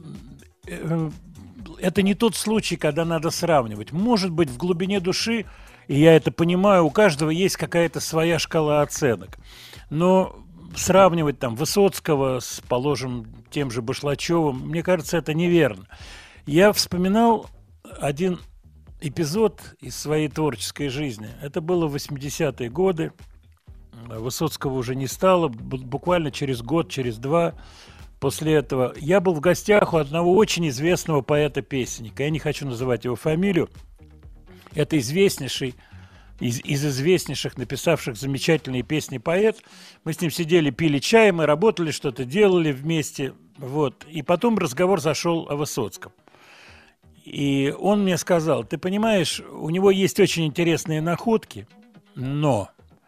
э, это не тот случай, когда надо сравнивать. Может быть, в глубине души, и я это понимаю, у каждого есть какая-то своя шкала оценок. Но сравнивать там Высоцкого с, положим, тем же Башлачевым, мне кажется, это неверно. Я вспоминал один эпизод из своей творческой жизни. Это было в восьмидесятые годы. Высоцкого уже не стало. Буквально через год, через два после этого я был в гостях у одного очень известного поэта-песенника. Я не хочу называть его фамилию. Это известнейший Из, из известнейших, написавших замечательные песни поэт. Мы с ним сидели, пили чай, мы работали, что-то делали вместе. Вот. И потом разговор зашел о Высоцком. И он мне сказал, ты понимаешь, у него есть очень интересные находки, но,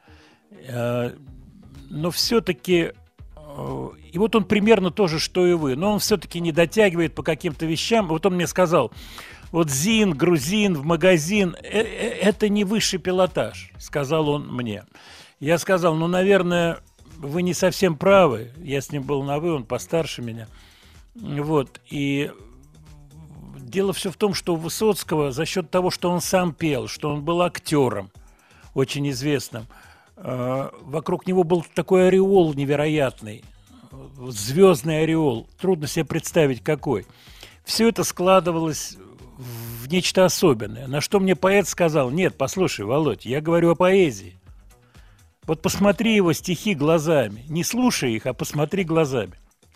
э, но все-таки, э, и вот он примерно то же, что и вы, но он все-таки не дотягивает по каким-то вещам. Вот он мне сказал, вот зин, грузин в магазин – это не высший пилотаж, сказал он мне. Я сказал, ну, наверное, вы не совсем правы. Я с ним был на «вы», он постарше меня. Вот. И дело все в том, что у Высоцкого за счет того, что он сам пел, что он был актером очень известным, вокруг него был такой ореол невероятный, звездный ореол. Трудно себе представить, какой. Все это складывалось в нечто особенное. На что мне поэт сказал, нет, послушай, Володь, я говорю о поэзии. Вот посмотри его стихи глазами. Не слушай их, а посмотри глазами.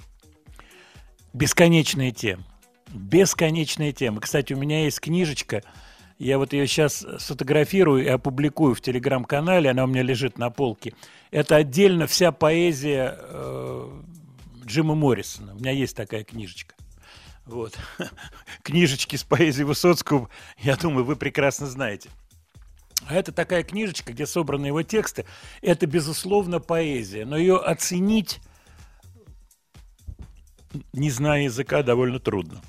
Бесконечные темы. Бесконечные темы. Кстати, у меня есть книжечка. Я вот ее сейчас сфотографирую и опубликую в телеграм-канале. Она у меня лежит на полке. Это отдельно вся поэзия э, Джима Моррисона. У меня есть такая книжечка. Вот. Книжечки с поэзией Высоцкого, я думаю, вы прекрасно знаете. А это такая книжечка, где собраны его тексты. Это, безусловно, поэзия. Но ее оценить, не зная языка, довольно трудно.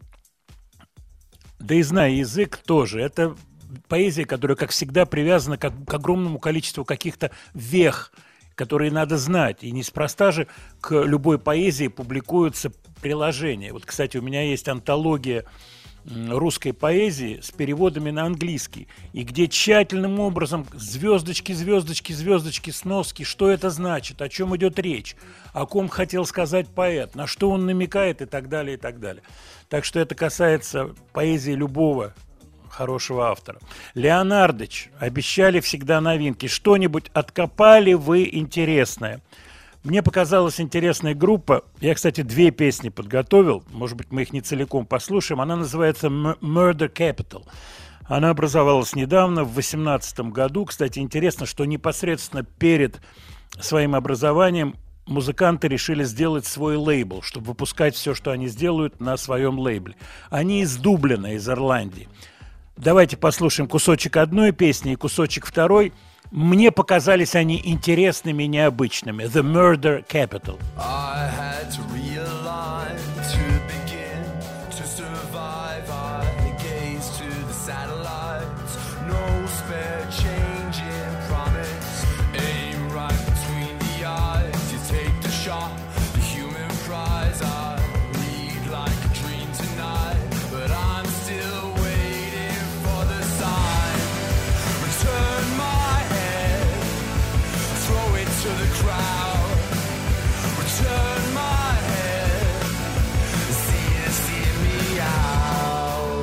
Да и зная язык тоже. Это поэзия, которая, как всегда, привязана к, к огромному количеству каких-то вех, которые надо знать. И неспроста же к любой поэзии публикуются приложения. Вот, кстати, у меня есть антология русской поэзии с переводами на английский, и где тщательным образом звездочки, звездочки, звездочки, сноски, что это значит, о чем идет речь, о ком хотел сказать поэт, на что он намекает и так далее, и так далее. Так что это касается поэзии любого хорошего автора. Леонардыч, обещали всегда новинки. Что-нибудь откопали вы интересное? Мне показалась интересная группа. Я, кстати, две песни подготовил. Может быть, мы их не целиком послушаем. Она называется Murder Capital. Она образовалась недавно, в восемнадцатом году. Кстати, интересно, что непосредственно перед своим образованием музыканты решили сделать свой лейбл, чтобы выпускать все, что они сделают, на своем лейбле. Они из Дублина, из Ирландии. Давайте послушаем кусочек одной песни и кусочек второй. Мне показались они интересными и необычными. The Murder Capital. I had to realign to begin to survive. I gazed to the satellites. No spare change in promise. Aim right between the eyes. You take the shot, the human prize. I read like a dream tonight, but I'm still waiting for the sign. Return my head, throw it to the crowd. Return my head, see it, see me out.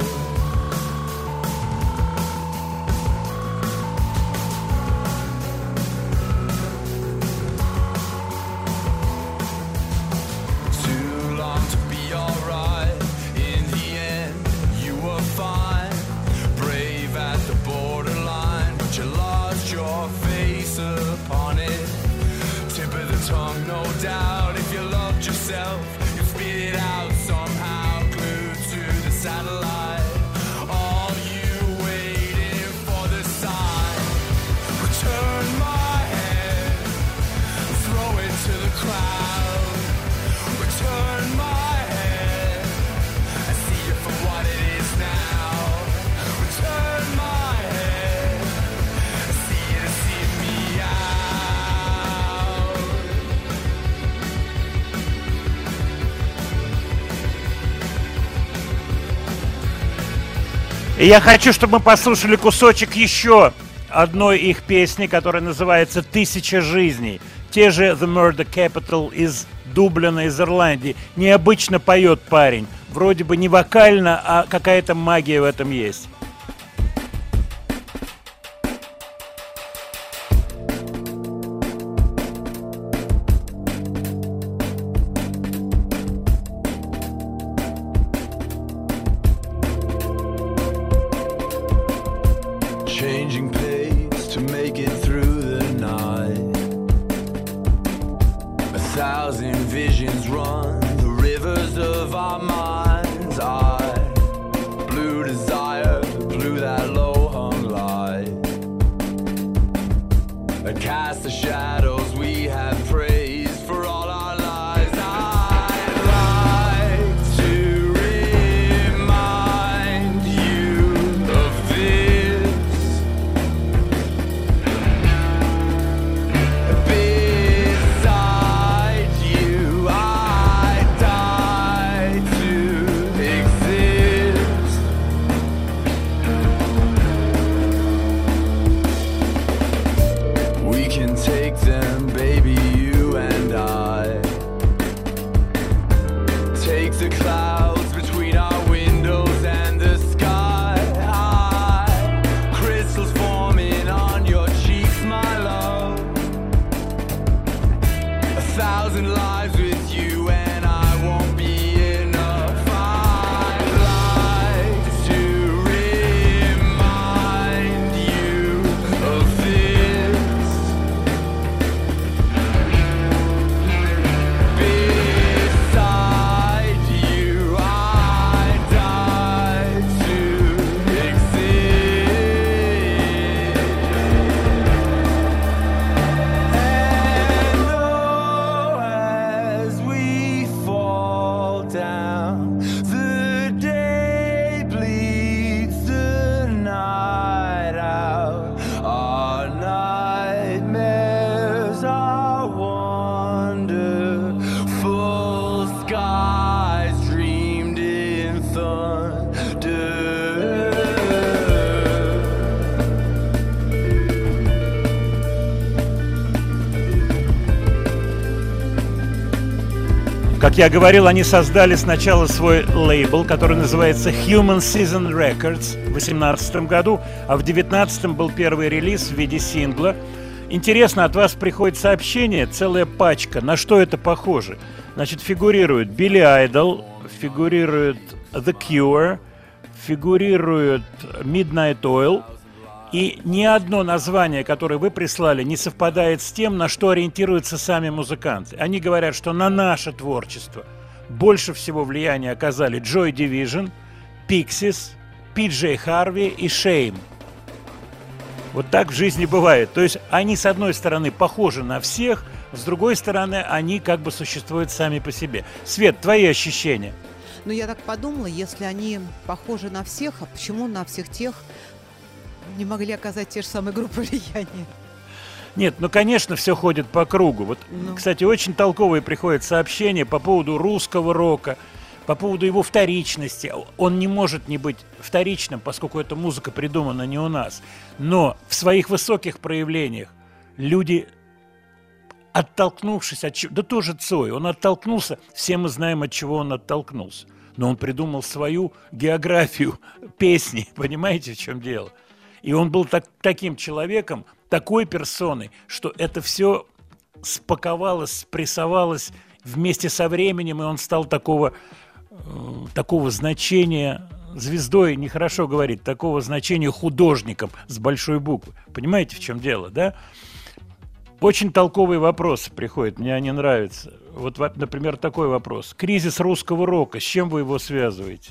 Too long to be alright. In the end, you were fine. Brave at the borderline, but you lost your face upon it. Tip of the tongue, no doubt. If you loved yourself, you spit it out somehow. Glued to the satellite. All you waiting for the sign. Return my head, throw it to the crowd. Return my head, I see it for what it is now. Return my head, I see it, see me out. И я хочу, чтобы мы послушали кусочек еще одной их песни, которая называется «Тысяча жизней». Те же The Murder Capital из Дублина, из Ирландии. Необычно поет парень. Вроде бы не вокально, а какая-то магия в этом есть. Changing pace to make it through the night. A thousand visions run the rivers of our minds. I blue desire, blew that low hung light. I cast the shadows we have praised for all our lives. I'd like to remind you of this. Как я говорил, они создали сначала свой лейбл, который называется Human Season Records в две тысячи восемнадцатом году, а в две тысячи девятнадцатом был первый релиз в виде сингла. Интересно, от вас приходит сообщение, целая пачка. На что это похоже? Значит, фигурирует Билли Айдол, фигурирует The Cure, фигурирует Midnight Oil. И ни одно название, которое вы прислали, не совпадает с тем, на что ориентируются сами музыканты. Они говорят, что на наше творчество больше всего влияния оказали Joy Division, Pixies, Пи Джей Харви и Shame. Вот так в жизни бывает. То есть они, с одной стороны, похожи на всех, с другой стороны, они как бы существуют сами по себе. Свет, твои ощущения? Ну, я так подумала, если они похожи на всех, а почему на всех тех не могли оказать те же самые группы влияния? Нет, ну, конечно, все ходит по кругу. Вот, ну. Кстати, очень толковые приходят сообщения по поводу русского рока, по поводу его вторичности. Он не может не быть вторичным, поскольку эта музыка придумана не у нас. Но в своих высоких проявлениях люди, оттолкнувшись от чего... Да тоже Цой, он оттолкнулся, все мы знаем, от чего он оттолкнулся. Но он придумал свою географию песни, понимаете, в чем дело? И он был так, таким человеком, такой персоной, что это все спаковалось, спрессовалось вместе со временем, и он стал такого, э, такого значения, звездой, нехорошо говорить, такого значения художником с большой буквы. Понимаете, в чем дело, да? Очень толковые вопросы приходят, мне они нравятся. Вот, например, такой вопрос. Кризис русского рока, с чем вы его связываете?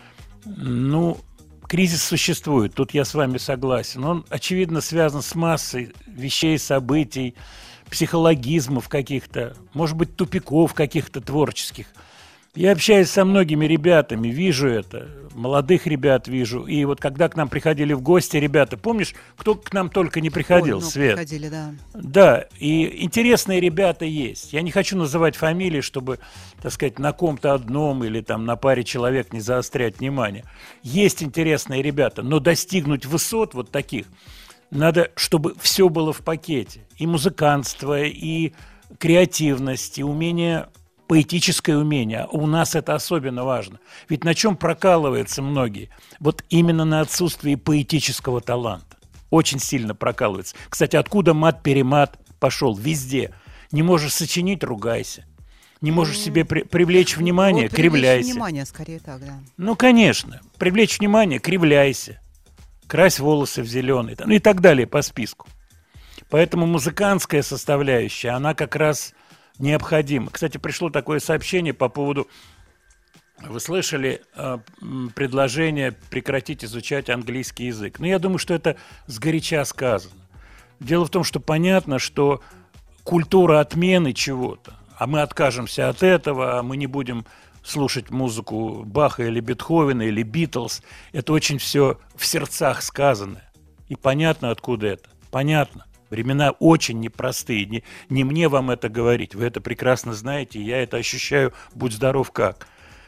Ну... Кризис существует, тут я с вами согласен. Он, очевидно, связан с массой вещей, событий, психологизмов каких-то, может быть, тупиков каких-то творческих. Я общаюсь со многими ребятами, вижу это, молодых ребят вижу. И вот когда к нам приходили в гости ребята, помнишь, кто к нам только не приходил, Ой, ну, Свет? Приходили, да. Да, и интересные ребята есть. Я не хочу называть фамилии, чтобы, так сказать, на ком-то одном или там на паре человек не заострять внимание. Есть интересные ребята, но достигнуть высот вот таких надо, чтобы все было в пакете. И музыкантство, и креативность, и умение... Поэтическое умение. У нас это особенно важно. Ведь на чем прокалываются многие? Вот именно на отсутствии поэтического таланта. Очень сильно прокалывается. Кстати, откуда мат-перемат пошел? Везде. Не можешь сочинить – ругайся. Не можешь себе при- привлечь внимание – вот кривляйся. Привлечь внимание, скорее так, да. Ну, конечно. Привлечь внимание – кривляйся. Крась волосы в зеленый. Ну и так далее по списку. Поэтому музыкантская составляющая, она как раз... необходимо. Кстати, пришло такое сообщение по поводу... Вы слышали э, предложение прекратить изучать английский язык? Но я думаю, что это сгоряча сказано. Дело в том, что понятно, что культура отмены чего-то, а мы откажемся от этого, а мы не будем слушать музыку Баха или Бетховена или Битлз, это очень все в сердцах сказано. И понятно, откуда это. Понятно. Времена очень непростые. Не, не мне вам это говорить. Вы это прекрасно знаете, и я это ощущаю, будь здоров как.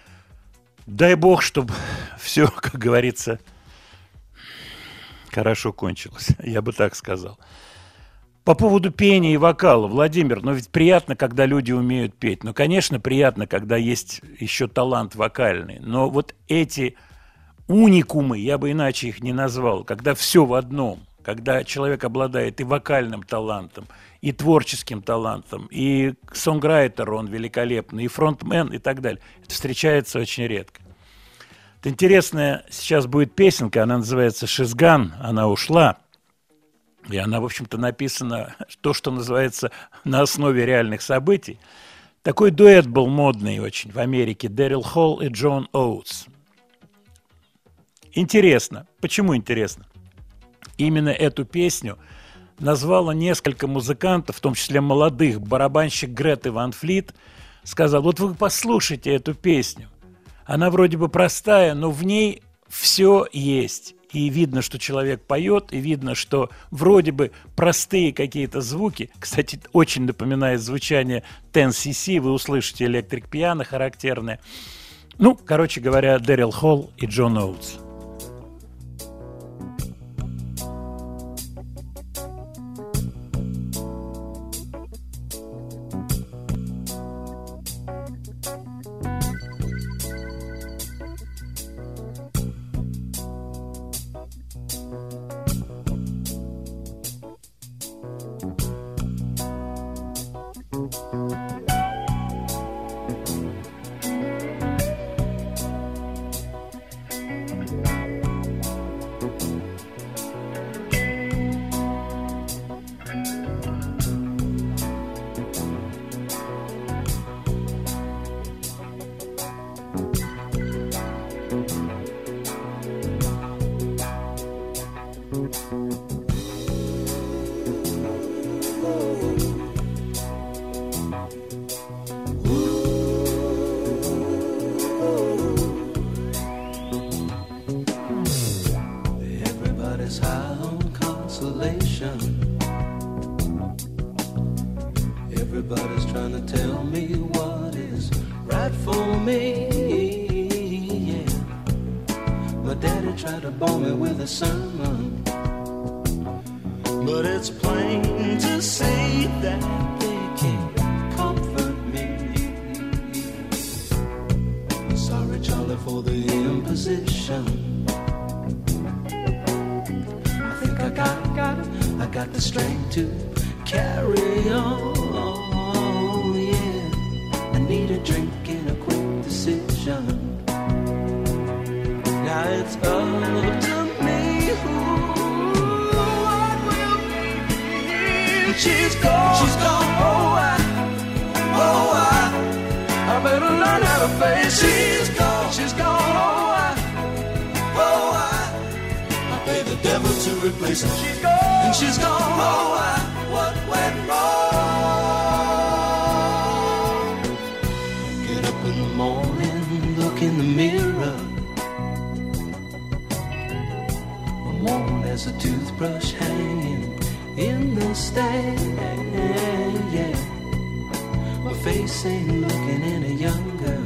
Дай бог, чтобы все, как говорится, хорошо кончилось. Я бы так сказал. По поводу пения и вокала, Владимир, ну ведь приятно, когда люди умеют петь. Ну, конечно, приятно, когда есть еще талант вокальный. Но вот эти уникумы, я бы иначе их не назвал, когда все в одном. Когда человек обладает и вокальным талантом, и творческим талантом, и сонграйтер он великолепный, и фронтмен, и так далее. Это встречается очень редко. Это интересная сейчас будет песенка, она называется «Шизган», она ушла. И она, в общем-то, написана, то, что называется, на основе реальных событий. Такой дуэт был модный очень в Америке, Дэрил Холл и Джон Оутс. Интересно. Почему интересно? Именно эту песню назвало несколько музыкантов, в том числе молодых. Барабанщик Греты Ван Флит сказал, вот вы послушайте эту песню. Она вроде бы простая, но в ней все есть. И видно, что человек поет, и видно, что вроде бы простые какие-то звуки. Кстати, очень напоминает звучание десять си си, вы услышите электрик-пиано характерное. Ну, короче говоря, Дэрил Холл и Джон Оутс. was high on consolation. Everybody's trying to tell me what is right for me. Yeah. My daddy tried to bore me with a sermon, but it's plain to see that they can't comfort me. Sorry, Charlie, for the imposition. I think I got, got, I got the strength to carry on. Yeah, I need a drink and a quick decision. Now it's up to me. Ooh, what will be? She's gone. She's gone. Oh, I, oh, I, I better learn how to face. She's gone. She's gone. Oh, I, oh, I, I pay the devil to replace her. She's gone. And she's gone. Oh, I, what went wrong? Get up in the morning, look in the mirror. I'm worn as a toothbrush hanging in the stand. Yeah, my face ain't looking any younger.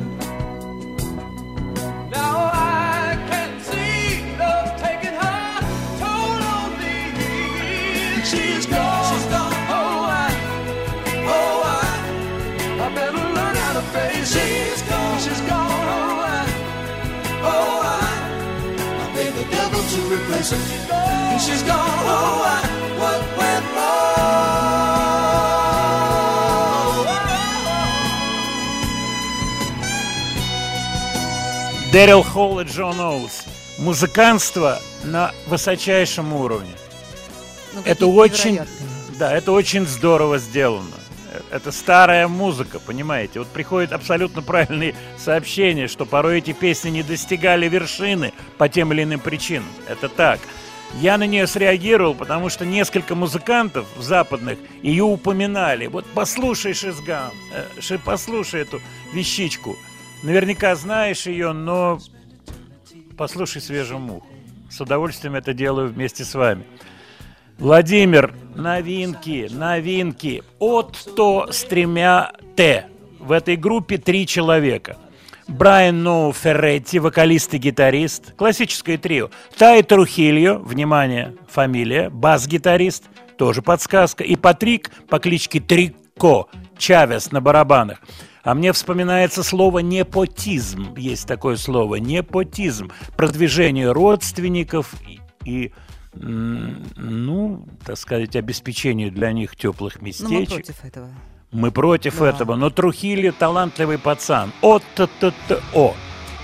Now I can see love taking her toll on me. She's gone. She's gone. Oh, I, oh, I, I better learn how to face. She's gone. She's gone. Oh, I, oh, I, I pay the devil to replace her. She's gone. She's gone. Oh, I, what went wrong? Дэрил Холл и Джон Оуз. Музыкантство на высочайшем уровне. Ну, Это очень, да, это очень здорово сделано. Это старая музыка, понимаете? Вот приходят абсолютно правильные сообщения, что порой эти песни не достигали вершины по тем или иным причинам. Это так. Я на нее среагировал, потому что несколько музыкантов западных ее упоминали. Вот послушай Шизгам, э, послушай эту вещичку. Наверняка знаешь ее, но послушай свежую муху. С удовольствием это делаю вместе с вами. Владимир, новинки, новинки. Отто с тремя Т. В этой группе три человека. Брайан Ноу Ферретти, вокалист и гитарист. Классическое трио. Тай Трухильо, внимание, фамилия, бас-гитарист, тоже подсказка. И Патрик по кличке Трико, Чавес на барабанах. А мне вспоминается слово «непотизм». Есть такое слово «непотизм». Продвижение родственников и, и, ну, так сказать, обеспечение для них теплых местечек. Но мы против этого. Мы против да. этого. Но Трухильо талантливый пацан. О-т-т-т-о.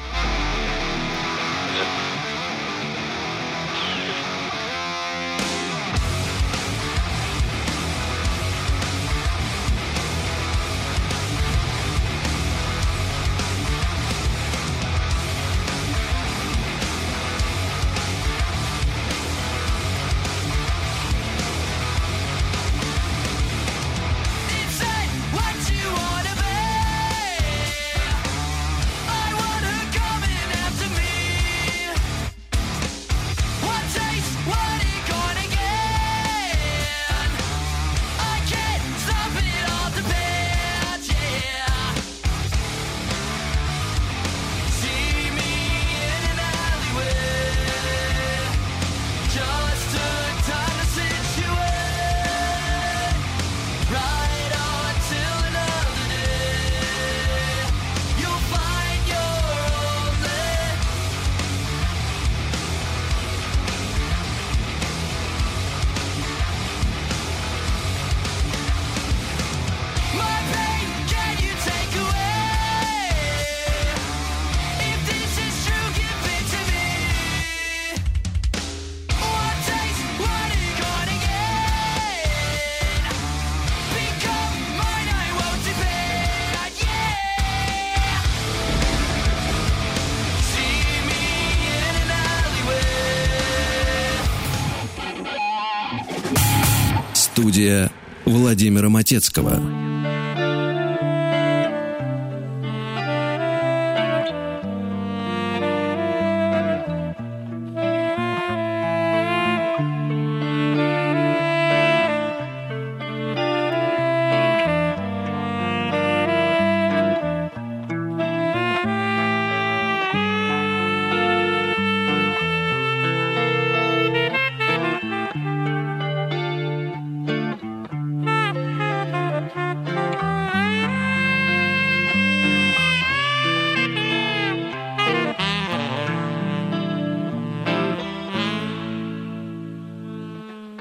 Студия Владимира Матецкого.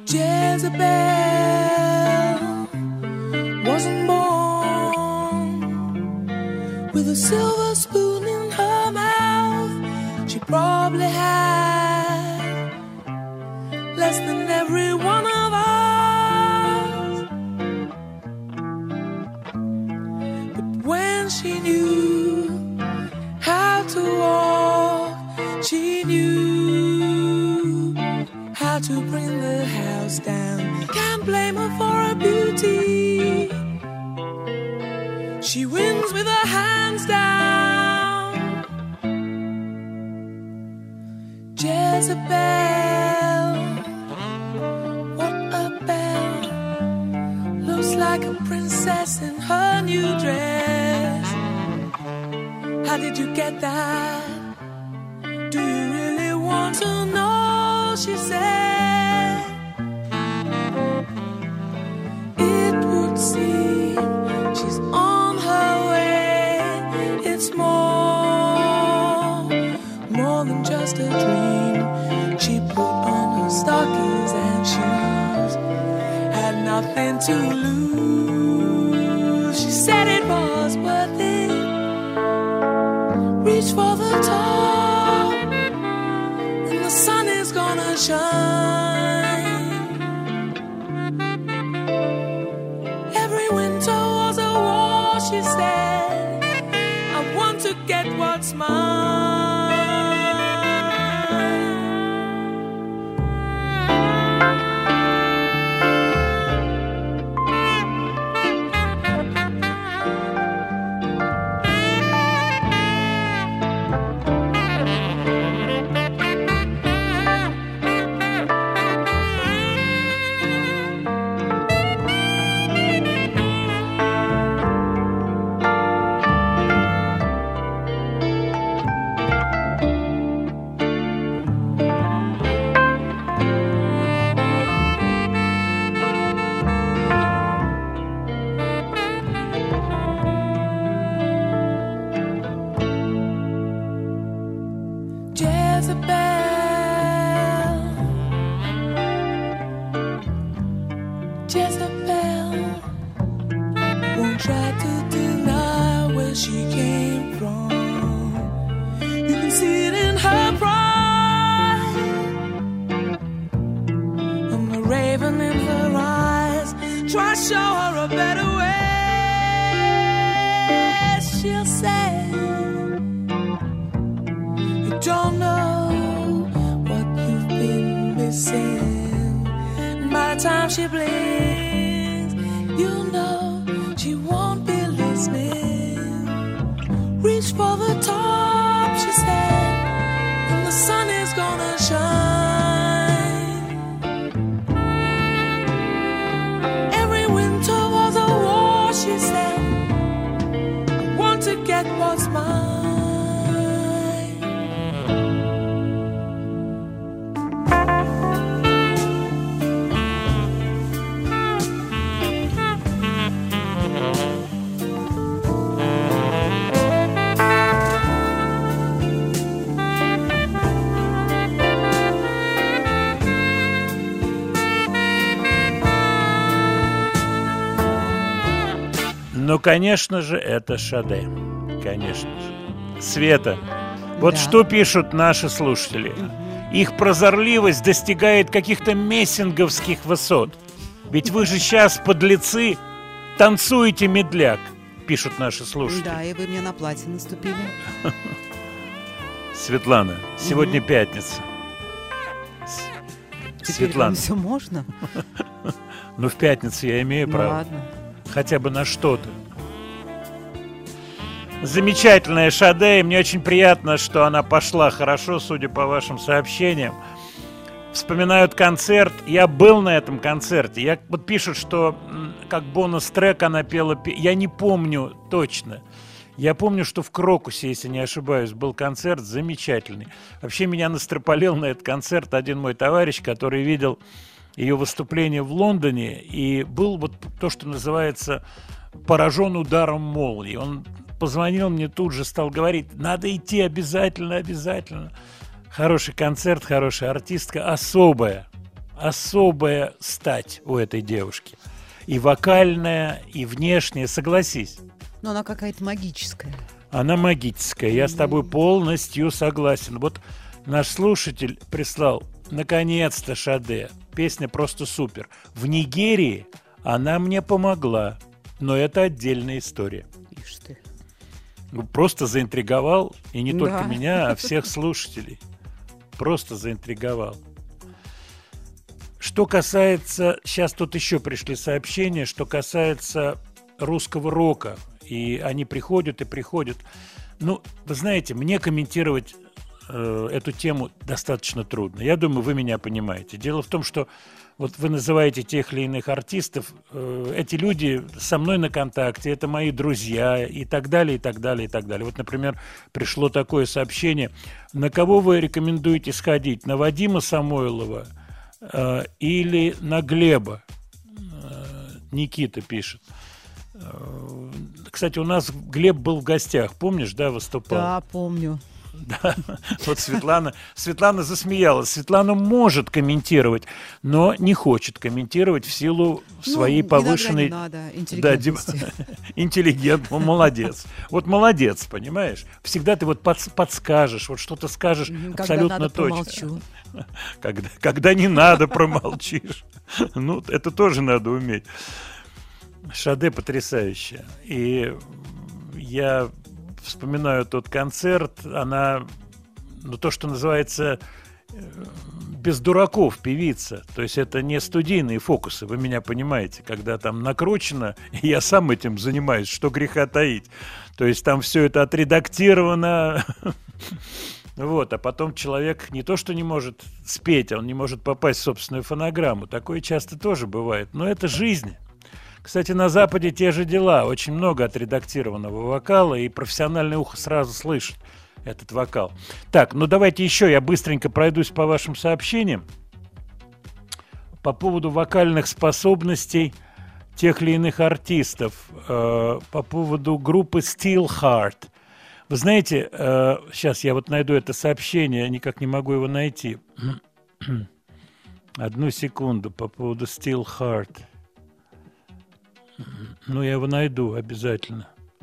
Jezebel wasn't born with a silver spoon in her mouth. She probably had less than every one of us. But when she knew how to walk, she knew how to bring the house down. Can't blame her for her beauty. She wins with her hands down. Jezebel, what a belle. Looks like a princess in her new dress. How did you get that? Do you really want to know? She said, it would seem she's on her way. It's more, more than just a dream. She put on her stockings and shoes, had nothing to lose. She said it was worth it. Reach for the top, and the sun is gonna shine. Every winter was a war, she said. I want to get what's mine. Jezebel won't try to deny where she came from. You can see it in her pride, and the raven in her eyes. Try to show her a better way. She'll say, you don't know what you've been missing. And by the time she blinks, you know she won't be listening. Reach for the top, she said, and the sun is gonna shine. Every winter was a war, she said. I want to get what's mine. Ну, конечно же, это Шаде. Конечно же. Света, вот Да. что пишут наши слушатели. Их прозорливость достигает каких-то мессинговских высот. Ведь вы же сейчас, подлецы, танцуете медляк, пишут наши слушатели. Да, и вы мне на платье наступили. Светлана, сегодня пятница. С- Теперь Светлана, вам все можно? ну в пятницу я имею Ну право. ладно. Хотя бы на что-то. Замечательная Шаде, и мне очень приятно, что она пошла хорошо, судя по вашим сообщениям. Вспоминают концерт. Я был на этом концерте. Я, вот пишут, что м, как бонус-трек она пела. пе- Я не помню точно. Я помню, что в Крокусе, если не ошибаюсь, был концерт замечательный. Вообще меня настропалил на этот концерт один мой товарищ, который видел ее выступление в Лондоне и был вот то, что называется поражен ударом молнии. Он позвонил мне тут же, стал говорить, надо идти обязательно, обязательно. Хороший концерт, хорошая артистка, особая, особая стать у этой девушки. И вокальная, и внешняя, согласись. Но она какая-то магическая. Она магическая, я с тобой полностью согласен. Вот наш слушатель прислал, наконец-то, Шаде. Песня просто супер. В Нигерии она мне помогла, но это отдельная история. Ишь ты. Просто заинтриговал, и не Да. только меня, а всех слушателей. Просто заинтриговал. Что касается, сейчас тут еще пришли сообщения, что касается русского рока, и они приходят и приходят. Ну, вы знаете, мне комментировать э, эту тему достаточно трудно. Я думаю, вы меня понимаете. Дело в том, что вот вы называете тех или иных артистов, э, эти люди со мной на контакте, это мои друзья и так далее, и так далее, и так далее. Вот, например, пришло такое сообщение. На кого вы рекомендуете сходить? На Вадима Самойлова э, или на Глеба? Э, Никита пишет. Э, кстати, у нас Глеб был в гостях, помнишь, да, выступал? Да, помню. Да, вот Светлана, Светлана засмеялась. Светлана может комментировать, но не хочет комментировать в силу своей ну, повышенной... не надо, интеллигентности. Да, интеллигент, ну, молодец. Вот молодец, понимаешь? Всегда ты вот подс- подскажешь, вот что-то скажешь Когда абсолютно надо, точно. промолчу. Когда, когда не надо, промолчишь. Ну, это тоже надо уметь. Шаде потрясающая. И я... вспоминаю тот концерт, она, ну, то, что называется, без дураков певица. То есть это не студийные фокусы, вы меня понимаете, когда там накручено, и я сам этим занимаюсь, что греха таить. То есть там все это отредактировано, вот, а потом человек не то, что не может спеть, он не может попасть в собственную фонограмму. Такое часто тоже бывает, но это жизнь. Кстати, на Западе те же дела. Очень много отредактированного вокала, и профессиональное ухо сразу слышит этот вокал. Так, ну давайте еще я быстренько пройдусь по вашим сообщениям. По поводу вокальных способностей тех или иных артистов. Э, по поводу группы Steelheart. Вы знаете, э, сейчас я вот найду это сообщение, никак не могу его найти. Одну секунду по поводу Steelheart. Ну, я его найду обязательно.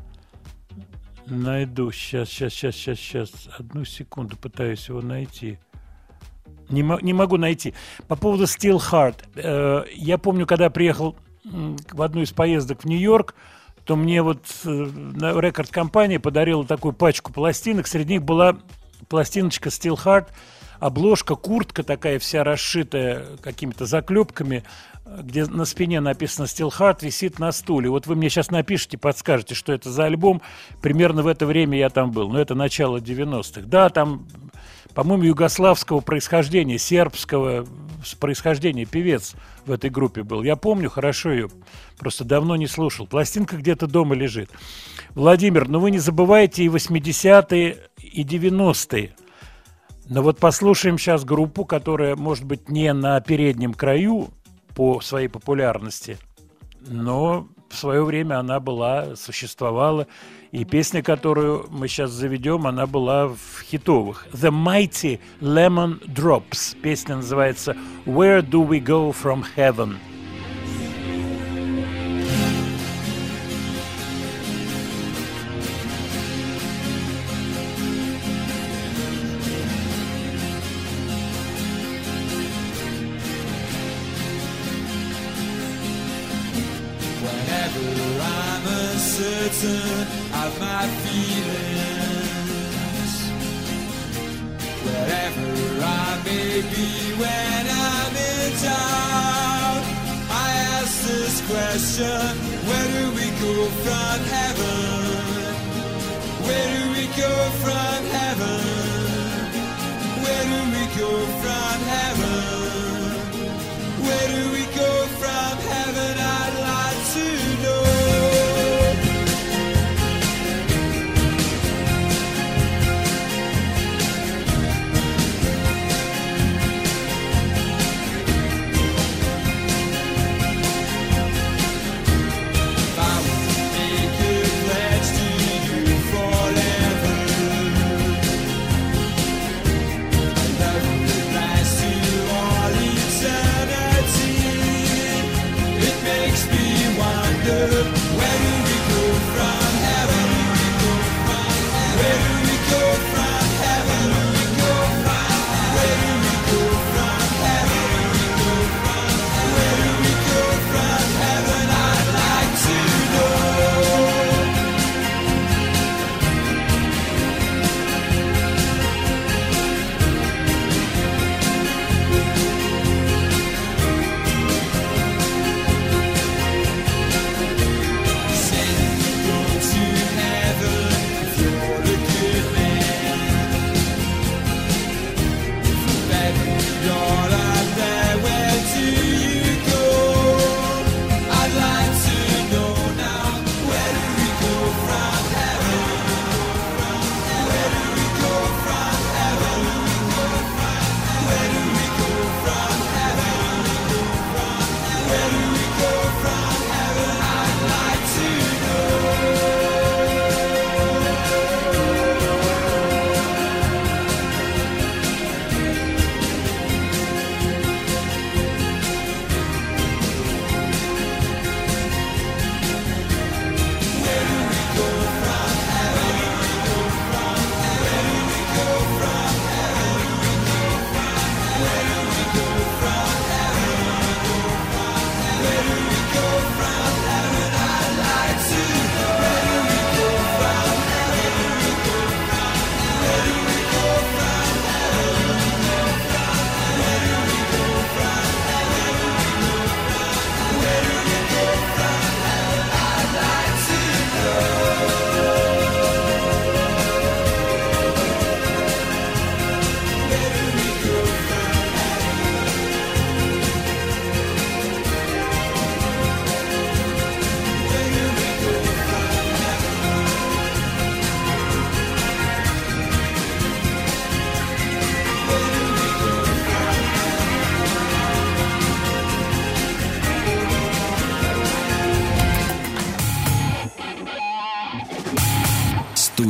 Найду. Сейчас, сейчас, сейчас, сейчас, сейчас. Одну секунду пытаюсь его найти. Не, мо- не могу найти. По поводу Steelheart. Э, я помню, когда приехал м, в одну из поездок в Нью-Йорк, то мне вот э, рекорд-компания подарила такую пачку пластинок. Среди них была пластиночка Steelheart. Обложка, куртка такая вся расшитая какими-то заклепками, где на спине написано Steelheart, висит на стуле. Вот вы мне сейчас напишите, подскажете, что это за альбом. Примерно в это время я там был. Но это начало девяностых. Да, там, по-моему, югославского происхождения, сербского происхождения певец в этой группе был. Я помню хорошо ее, просто давно не слушал. Пластинка где-то дома лежит. Владимир, ну вы не забывайте и восьмидесятые, и девяностые. Но вот послушаем сейчас группу, которая, может быть, не на переднем краю по своей популярности, но в свое время она была, существовала, и песня, которую мы сейчас заведем, она была в хитовых. The Mighty Lemon Drops. Песня называется Where Do We Go From Heaven? Certain of my feelings, wherever I may be when I'm in town, I ask this question: where do we go from heaven? Where do we go from heaven? Where do we go from heaven? Where do we go from heaven? I'd like to know. Eternity.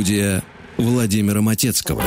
Студия Владимира Матецкого.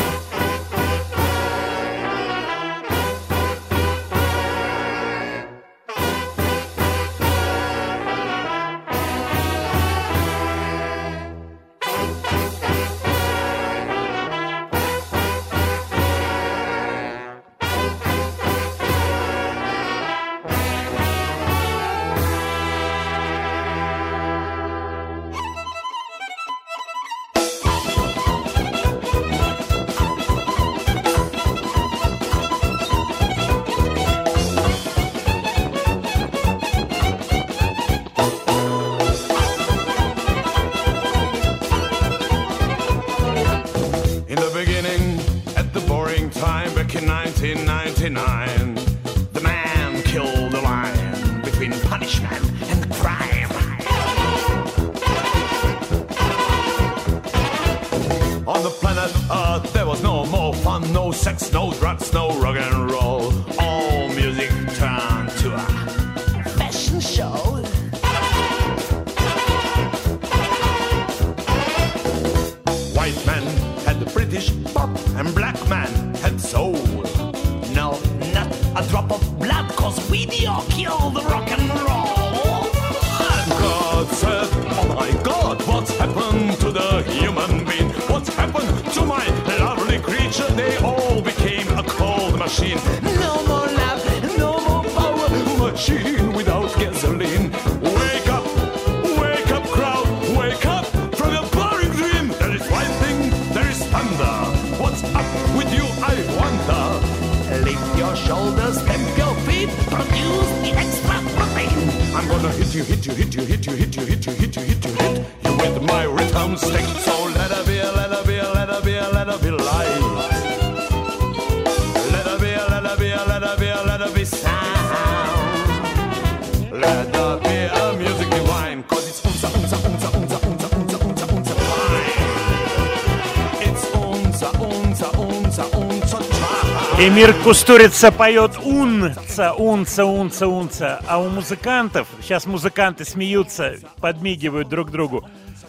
Эмир Кустурица поет унца, унца, унца, унца. А у музыкантов, сейчас музыканты смеются, подмигивают друг другу.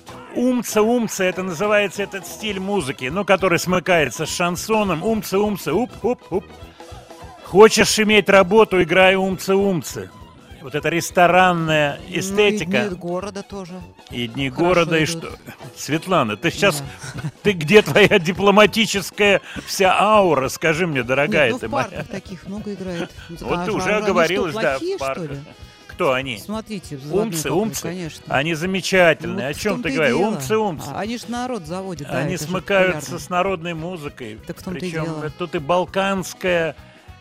Умца, умца, это называется этот стиль музыки, ну, который смыкается с шансоном. Умца, умца, уп, уп, уп. Хочешь иметь работу, играй умца, умца. Вот эта ресторанная эстетика. Ну, и дни города тоже. И дни города, идут. И что? Светлана, ты сейчас... Да. Ты где твоя дипломатическая вся аура? Скажи мне, дорогая. Нет, ну, ты в парках моя. таких много играет. Вот а, ты а, уже а, оговорилась, что, да, плохие, в парках. что ли? Кто они? Смотрите, умцы, умцы, конечно. Они замечательные. Ну, о чем ты говоришь? Умцы, умцы. А, они же народ заводят. Да, они смыкаются с народной музыкой. Так в том-то Причем и дело. тут и балканская,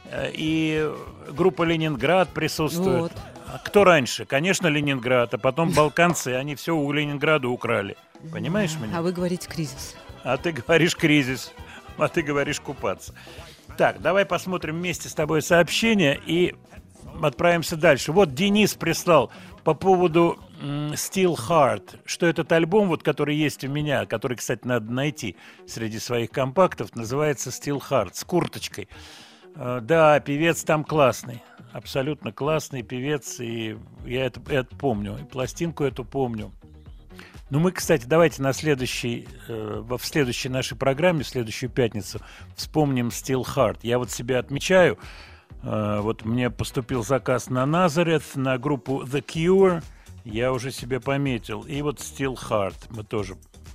и группа Ленинград присутствует. Вот. А кто раньше? Конечно, Ленинград, а потом балканцы, они все у Ленинграда украли. Понимаешь меня? А вы говорите кризис. А ты говоришь кризис, а ты говоришь купаться. Так, давай посмотрим вместе с тобой сообщение и отправимся дальше. Вот Денис прислал по поводу м, Still Heart, что этот альбом, вот, который есть у меня, который, кстати, надо найти среди своих компактов, называется Still Heart, с курточкой. Э, да, певец там классный. Абсолютно классный певец, и я это, это помню, и пластинку эту помню. Ну, мы, кстати, давайте на следующей, э, в следующей нашей программе, в следующую пятницу, вспомним Still Heart. Я вот себе отмечаю, э, вот мне поступил заказ на Nazareth, на группу The Cure, я уже себе пометил, и вот Still Heart мы тоже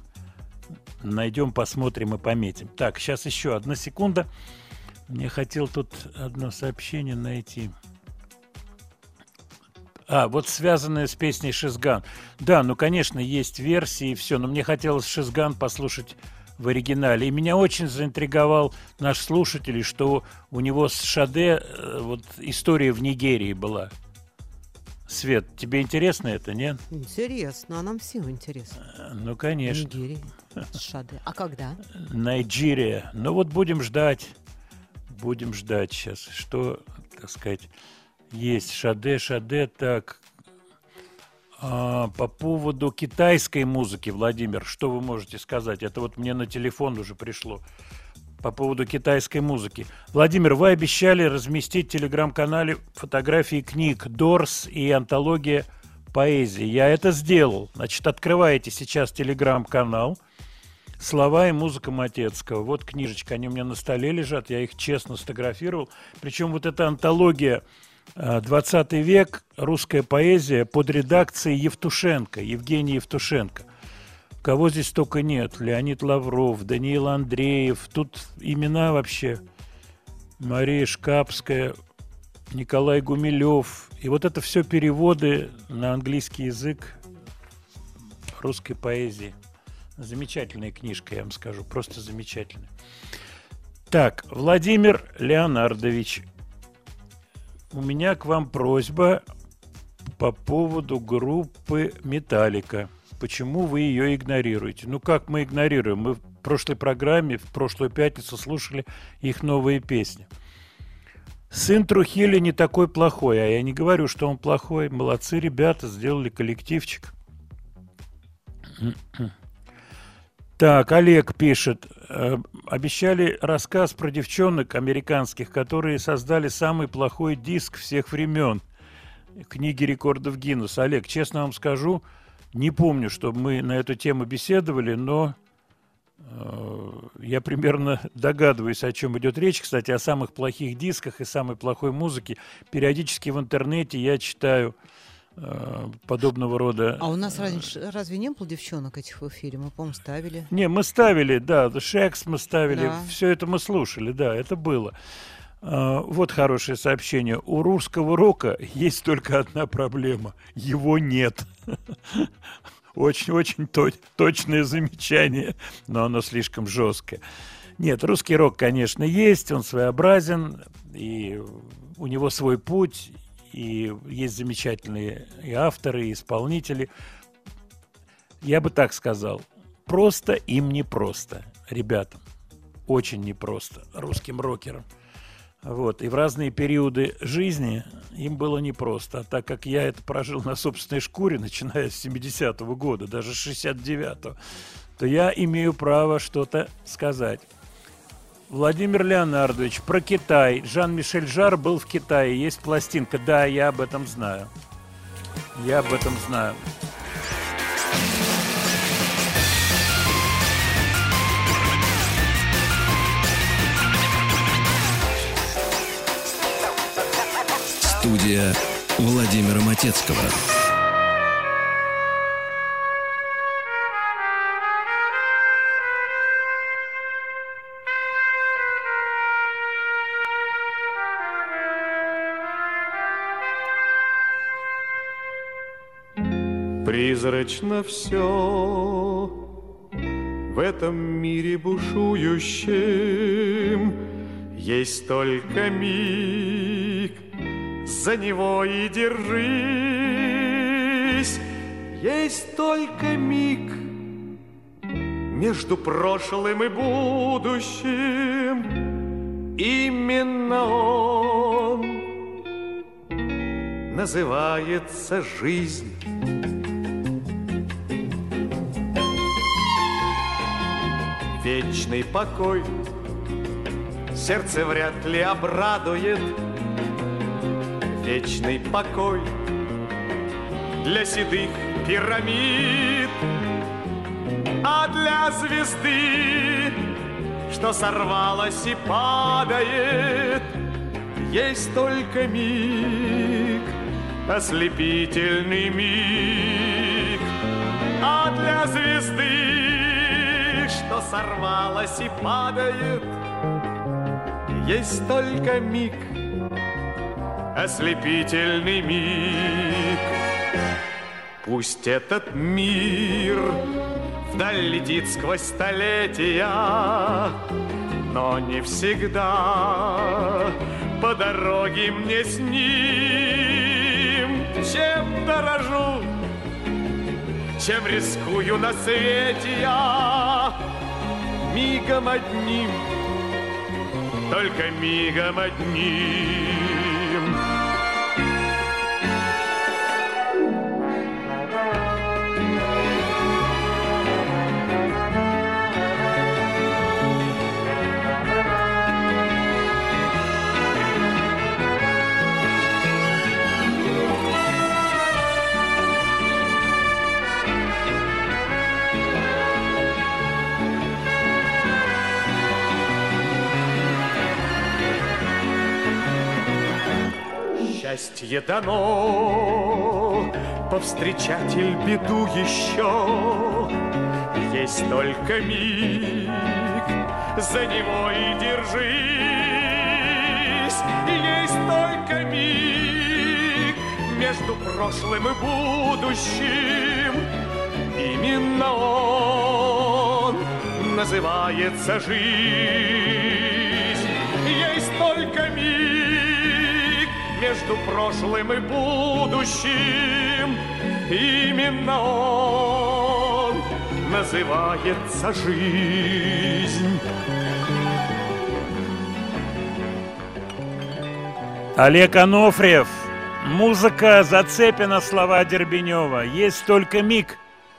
найдем, посмотрим и пометим. Так, сейчас еще одна секунда. Мне хотел тут одно сообщение найти. А, вот связанное с песней «Шизган». Да, ну, конечно, есть версии и все, но мне хотелось «Шизган» послушать в оригинале. И меня очень заинтриговал наш слушатель, что у него с Шаде вот история в Нигерии была. Свет, тебе интересно это, нет? Интересно, а нам всем интересно. Ну, конечно. Нигерия, Шаде. А когда? Найджерия. Ну, вот будем ждать. Будем ждать сейчас, что, так сказать, есть. Шаде, Шаде, так. А, по поводу китайской музыки, Владимир, что вы можете сказать? Это вот мне на телефон уже пришло. По поводу китайской музыки. Владимир, вы обещали разместить в телеграм-канале фотографии книг Дорс и антология поэзии. Я это сделал. Значит, открываете сейчас телеграм-канал. Слова и музыка Матецкого. Вот книжечка, они у меня на столе лежат, я их честно сфотографировал. Причем вот эта антология «двадцатый век. Русская поэзия» под редакцией Евтушенко, Евгения Евтушенко. Кого здесь только нет. Леонид Лавров, Даниил Андреев. Тут имена вообще. Мария Шкапская, Николай Гумилев. И вот это все переводы на английский язык русской поэзии. Замечательная книжка, я вам скажу, просто замечательная. Так, Владимир Леонардович, у меня к вам просьба по поводу группы «Металлика». Почему вы ее игнорируете? Ну, как мы игнорируем? Мы в прошлой программе, в прошлую пятницу слушали их новые песни. Сын Трухиля не такой плохой, а я не говорю, что он плохой. Молодцы ребята, сделали коллективчик. Так, Олег пишет. Обещали рассказ про девчонок американских, которые создали самый плохой диск всех времен. Книги рекордов Гиннесса. Олег, честно вам скажу, не помню, чтобы мы на эту тему беседовали, но э, я примерно догадываюсь, о чем идет речь. Кстати, о самых плохих дисках и самой плохой музыке. Периодически в интернете я читаю подобного рода. А у нас раньше разве не было девчонок этих в эфире? Мы, по-моему, ставили. Не, мы ставили, да, The Shacks мы ставили, Да. все это мы слушали, да, это было. А, вот хорошее сообщение. У русского рока есть только одна проблема. Его нет. Очень-очень точное замечание, но оно слишком жесткое. Нет, русский рок, конечно, есть, он своеобразен, и у него свой путь, и есть замечательные и авторы, и исполнители. Я бы так сказал, просто им непросто, ребятам. Очень непросто, русским рокерам. Вот. И в разные периоды жизни им было непросто. А так как я это прожил на собственной шкуре, начиная с семидесятого года, даже с шестьдесят девятого, то я имею право что-то сказать. Владимир Леонардович, про Китай. Жан-Мишель Жар был в Китае, есть пластинка. Да, я об этом знаю. Я об этом знаю. Студия Владимира Матецкого. Призрачно все в этом мире бушующем, есть только миг, за него и держись. Есть только миг между прошлым и будущим. Именно он называется жизнь. Вечный покой сердце вряд ли обрадует. Вечный покой для седых пирамид, а для звезды, что сорвалась и падает, есть только миг, ослепительный миг. А для звезды, что сорвалась и падает, есть только миг, ослепительный миг. Пусть этот мир вдаль летит сквозь столетия, но не всегда по дороге мне с ним. Чем дорожу, чем рискую на свете я, мигом одним, только мигом одним. счастье дано, повстречатель беду еще. Есть только миг, за него и держись. Есть только миг между прошлым и будущим. Именно он называется жизнь. Есть только миг между прошлым и будущим. Именно он называется жизнь. Олег Анофриев. Музыка Зацепина, слова Дербенева. Есть только миг.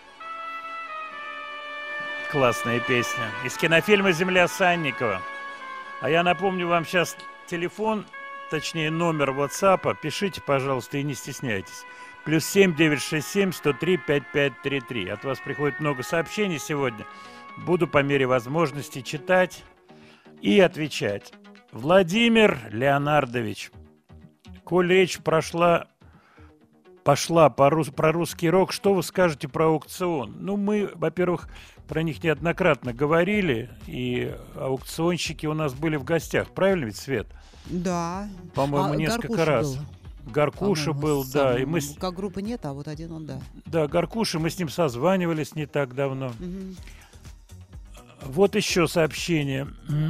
Классная песня. Из кинофильма «Земля Санникова». А я напомню вам сейчас телефон, точнее номер WhatsApp. Пишите, пожалуйста, и не стесняйтесь. Плюс семь девятьсот шестьдесят семь сто три пятьдесят пять тридцать три. От вас приходит много сообщений сегодня. Буду по мере возможности читать и отвечать. Владимир Леонардович. Коль речь прошла, пошла по рус, про русский рок, что вы скажете про аукцион? Ну, мы, во-первых, про них неоднократно говорили, и аукционщики у нас были в гостях. Правильно ведь, Свет? Да. По-моему, а несколько Гаркуша раз. Был. Гаркуша был, да. Сам, и мы... Как группы нет, а вот один он, да. Да, Гаркуша, мы с ним созванивались не так давно. Угу. Вот еще сообщение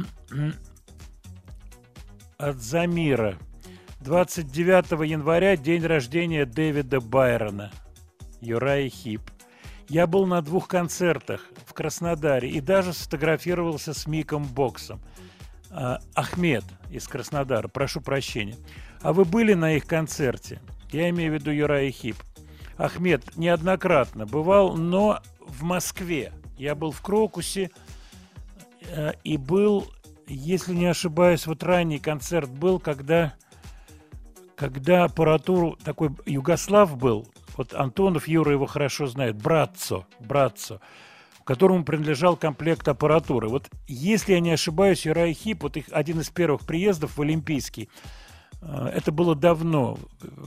от Замира. двадцать девятого января день рождения Дэвида Байрона. Юрай Хип. Я был на двух концертах в Краснодаре и даже сфотографировался с Миком Боксом. А, Ахмед из Краснодара, прошу прощения. А вы были на их концерте? Я имею в виду Юрай Хип. Ахмед неоднократно бывал, но в Москве. Я был в Крокусе э, и был, если не ошибаюсь, вот ранний концерт был, когда... Когда аппаратуру, такой Югослав был, вот Антонов Юра его хорошо знает, Братцо, Братцо, которому принадлежал комплект аппаратуры. Вот если я не ошибаюсь, Юрай Хип, вот их один из первых приездов в Олимпийский, это было давно.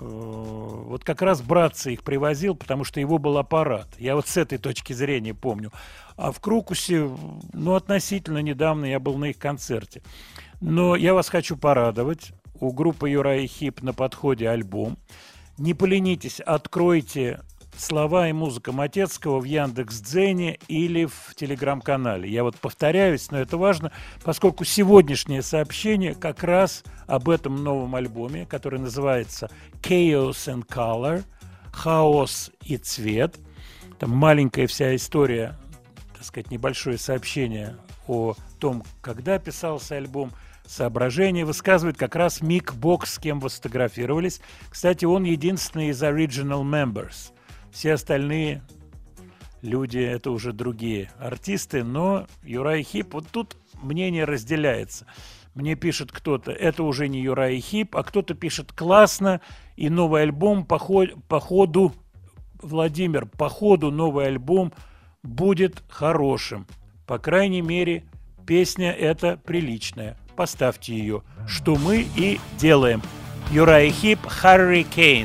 Вот как раз Братцо их привозил, потому что его был аппарат. Я вот с этой точки зрения помню. А в Крокусе, ну, относительно недавно я был на их концерте. Но я вас хочу порадовать. У группы Юрай Хип на подходе альбом. Не поленитесь, откройте слова и музыка Матецкого в Яндекс.Дзене или в Телеграм-канале. Я вот повторяюсь, но это важно, поскольку сегодняшнее сообщение как раз об этом новом альбоме, который называется Chaos and Color, хаос и цвет. Там маленькая вся история, так сказать, небольшое сообщение о том, когда писался альбом. Соображения высказывает как раз Мик Бокс, с кем вы сфотографировались. Кстати, он единственный из original members. Все остальные люди — это уже другие артисты, но Юрай Хип, вот тут мнение разделяется. Мне пишет кто-то, это уже не Юрай Хип, а кто-то пишет, классно, и новый альбом по, ход, по ходу, Владимир, по ходу новый альбом будет хорошим. По крайней мере, песня эта приличная. Поставьте ее, что мы и делаем. Юрай Хип, Hurricane.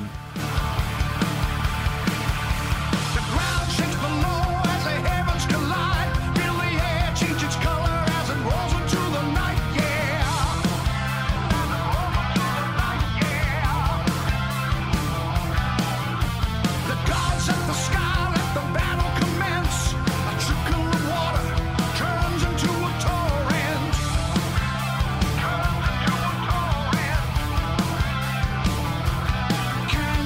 Can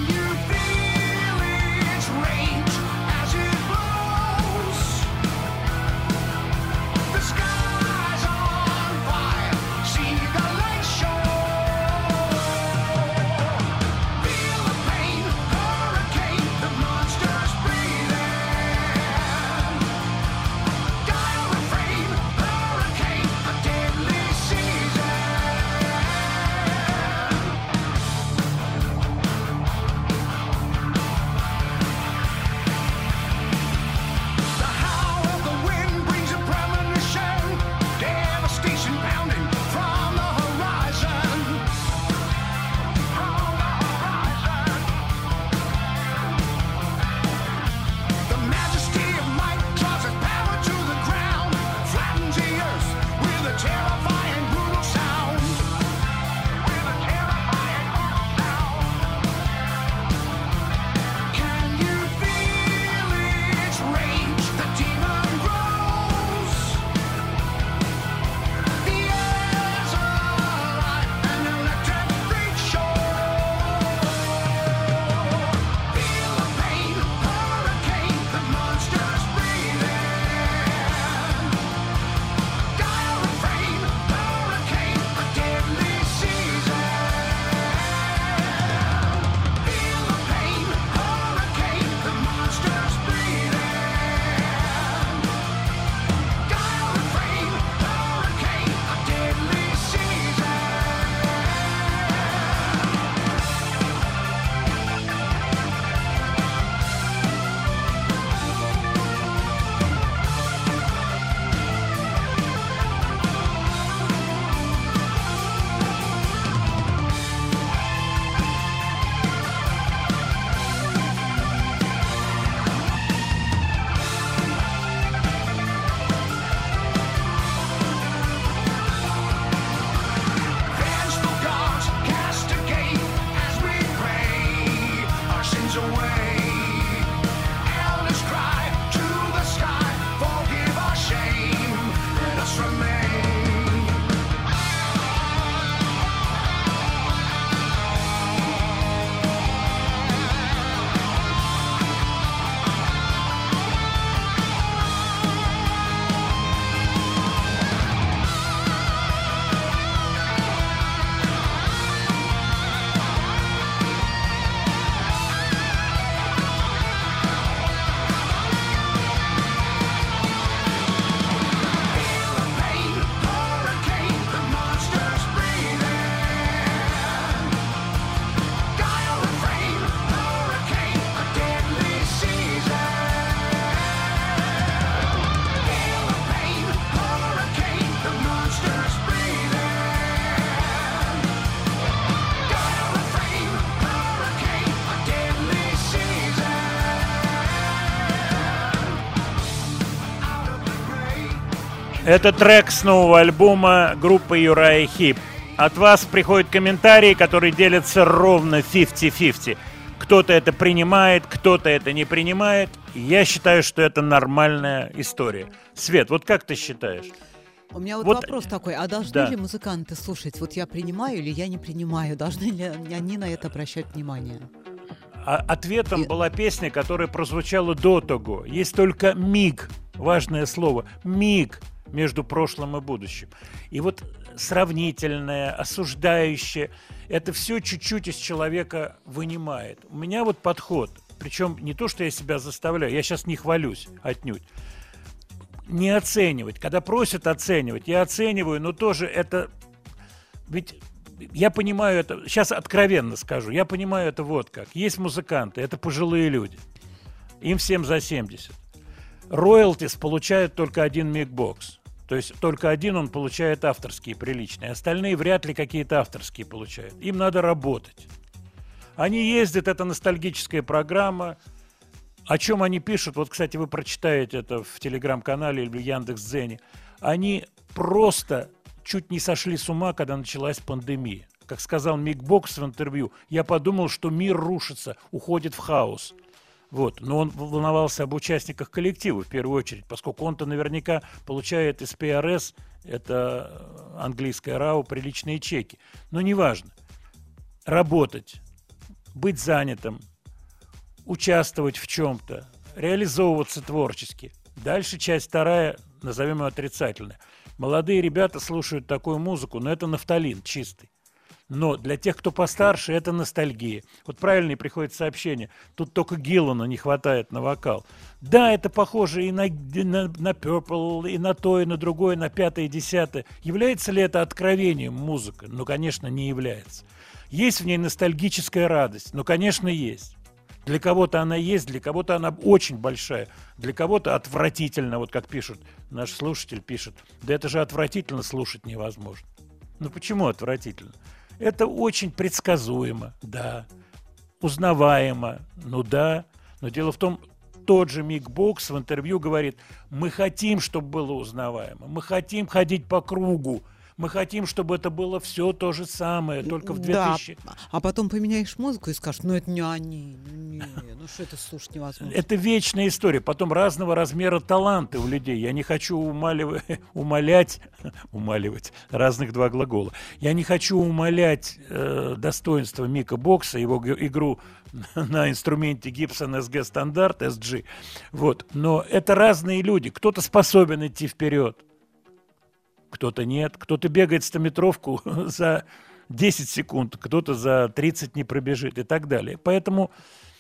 Это трек с нового альбома группы Uriah Heep. От вас приходят комментарии, которые делятся ровно пятьдесят на пятьдесят. Кто-то это принимает, кто-то это не принимает. Я считаю, что это нормальная история. Свет, вот как ты считаешь? У меня вот, Вот, вопрос такой, а должны да. ли музыканты слушать, вот я принимаю или я не принимаю, должны ли они на это обращать внимание? А ответом была песня, которая прозвучала до того. Есть только миг, важное слово, миг между прошлым и будущим. И вот сравнительное, осуждающее, это все чуть-чуть из человека вынимает. У меня вот подход, причем не то, что я себя заставляю, я сейчас не хвалюсь отнюдь. Не оценивать. Когда просят оценивать, я оцениваю, но тоже это... Ведь я понимаю это, сейчас откровенно скажу, я понимаю это вот как. Есть музыканты, это пожилые люди. Им всем за семьдесят. Роялтис получает только один микбокс. То есть только один он получает авторские приличные. Остальные вряд ли какие-то авторские получают. Им надо работать. Они ездят, это ностальгическая программа. О чем они пишут, вот, кстати, вы прочитаете это в Телеграм-канале или в Яндекс.Дзене. Они просто чуть не сошли с ума, когда началась пандемия. Как сказал Мик Бокс в интервью, я подумал, что мир рушится, уходит в хаос. Вот. Но он волновался об участниках коллектива в первую очередь, поскольку он-то наверняка получает из пи ар эс, это английское РАО, приличные чеки. Но неважно. Работать, быть занятым, участвовать в чем-то, реализовываться творчески. Дальше часть вторая, назовем ее отрицательная. Молодые ребята слушают такую музыку, но это нафталин чистый. Но для тех, кто постарше, это ностальгия. Вот правильно и приходит сообщение. Тут только Гиллана не хватает на вокал. Да, это похоже и на, на, на Purple, и на то, и на другое, на пятое, и десятое. Является ли это откровением музыка? Ну, конечно, не является. Есть в ней ностальгическая радость? Ну, конечно, есть. Для кого-то она есть, для кого-то она очень большая, для кого-то отвратительно, вот как пишут, наш слушатель пишет, да это же отвратительно слушать невозможно. Ну почему отвратительно? Это очень предсказуемо, да, узнаваемо, ну да, но дело в том, тот же Мик Бокс в интервью говорит, мы хотим, чтобы было узнаваемо, мы хотим ходить по кругу, мы хотим, чтобы это было все то же самое, только в двухтысячном. Да, а потом поменяешь музыку и скажешь, ну это не они, ну не, ну что это слушать невозможно. Это вечная история. Потом разного размера таланты у людей. Я не хочу умаливать, умалять, умаливать, разных два глагола. Я не хочу умалять э, достоинство Мика Бокса, его г- игру на инструменте Gibson эс джи стандарт, эс джи. Вот. Но это разные люди. Кто-то способен идти вперед. Кто-то нет, кто-то бегает стометровку за десять секунд, кто-то за тридцать не пробежит и так далее. Поэтому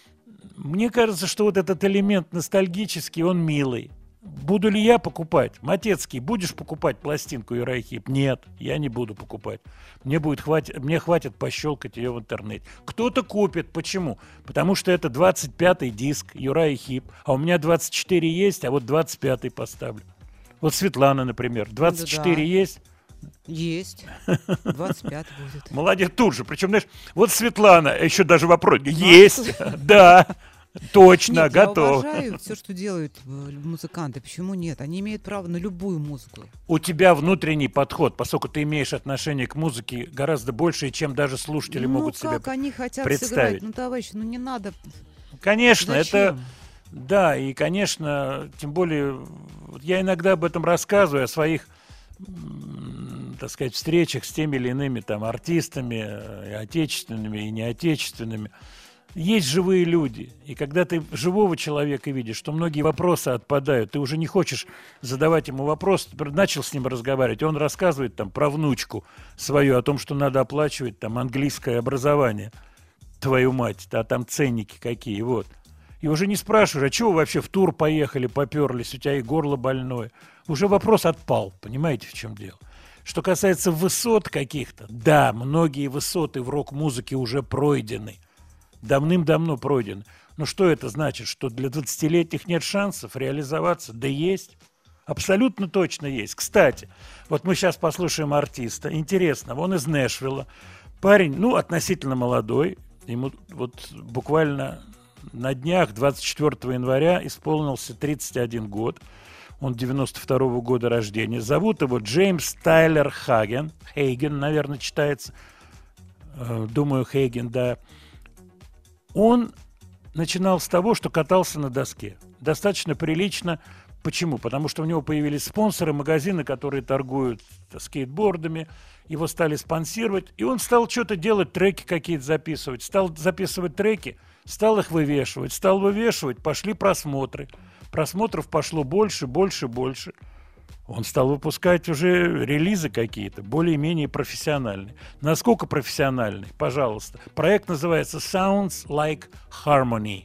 мне кажется, что вот этот элемент ностальгический, он милый. Буду ли я покупать? Матецкий, будешь покупать пластинку Uriah Heep? Нет, я не буду покупать. Мне, будет хватит, мне хватит пощелкать ее в интернете. Кто-то купит. Почему? Потому что это двадцать пятый диск Uriah Heep, а у меня двадцать четыре есть, а вот двадцать пятый поставлю. Вот Светлана, например, двадцать четыре да, да. есть? Есть. двадцать пятый будет. Молодец, тут же. Причем, знаешь, вот Светлана, еще даже вопрос. Есть, да, точно, готов. Я уважаю все, что делают музыканты. Почему нет? Они имеют право на любую музыку. У тебя внутренний подход, поскольку ты имеешь отношение к музыке гораздо больше, чем даже слушатели ну, могут себе представить. Ну как они хотят сыграть? Ну, товарищи, ну не надо. Конечно, Зачем? это... Да, и, конечно, тем более, я иногда об этом рассказываю, о своих, так сказать, встречах с теми или иными там артистами, и отечественными, и неотечественными. Есть живые люди, и когда ты живого человека видишь, что многие вопросы отпадают, ты уже не хочешь задавать ему вопрос, ты начал с ним разговаривать, он рассказывает там про внучку свою, о том, что надо оплачивать там английское образование, твою мать, а там ценники какие, вот. И уже не спрашиваешь, а чего вы вообще в тур поехали, поперлись, у тебя и горло больное. Уже вопрос отпал, понимаете, в чем дело. Что касается высот каких-то, да, многие высоты в рок-музыке уже пройдены. Давным-давно пройдены. Но что это значит? Что для двадцатилетних нет шансов реализоваться? Да есть. Абсолютно точно есть. Кстати, вот мы сейчас послушаем артиста. Интересно, он из Нэшвилла. Парень, ну, относительно молодой. Ему вот буквально... На днях, двадцать четвёртого января, исполнился тридцать один год. Он девяносто второго года рождения. Зовут его Джеймс Тайлер Хаген. Хейген, наверное, читается. Думаю, Хейген, да. Он начинал с того, что катался на доске. Достаточно прилично. Почему? Потому что у него появились спонсоры, магазины, которые торгуют скейтбордами. Его стали спонсировать. И он стал что-то делать, треки какие-то записывать. Стал записывать треки, стал их вывешивать. Стал вывешивать, пошли просмотры. Просмотров пошло больше, больше, больше. Он стал выпускать уже релизы какие-то, более-менее профессиональные. Насколько профессиональные? Пожалуйста. Проект называется Sounds Like Harmony.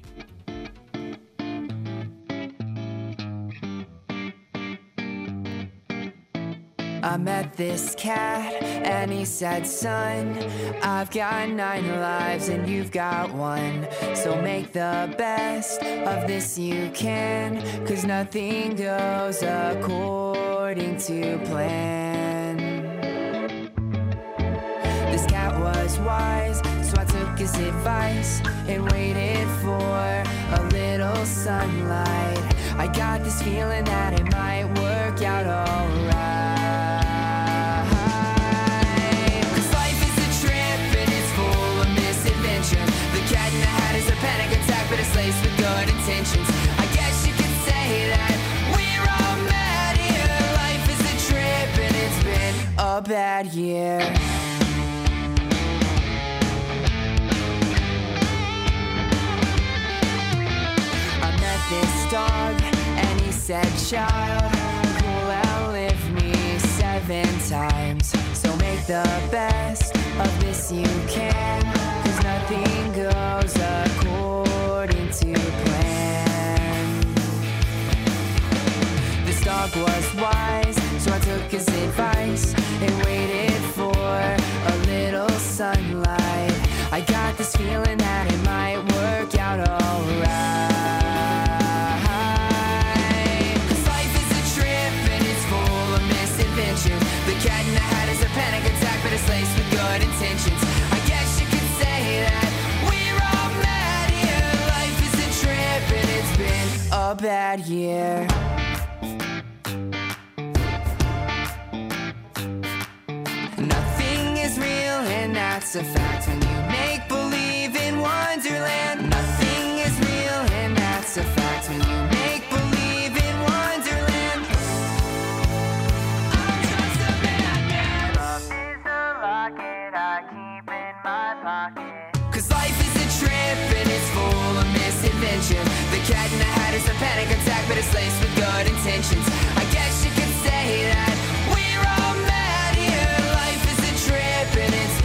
I met this cat and he said, son, I've got nine lives and you've got one. So make the best of this you can, 'cause nothing goes according to plan. This cat was wise, so I took his advice and waited for a little sunlight. I got this feeling that it might work out alright. The cat in the hat is a panic attack, but it's laced with good intentions. I guess you could say that we're all mad here. Life is a trip and it's been a bad year. I met this dog and he said, child, cool outlive me seven times. So make the best of this you can, 'cause nothing goes according to plan. This dog was wise, so I took his advice and waited for a little sunlight. I got this feeling that it might work out alright. 'Cause life is a trip and it's full of misadventures. The cat in the hat is a panic attack, but it's laced with good intentions. I guess you could say that we're all mad here. Life is a trip and it's been a bad year. Nothing is real and that's a fact. When you make believe in Wonderland, nothing is real and that's a fact. When you make believe in Wonderland, I'm just a madman. Love is a locket I keep in my pocket. 'Cause life is a trip and it's full of misadventure. The cat in the hat is a panic attack, but it's laced with good intentions. I guess you could say that we're all mad here. Life is a trip and it's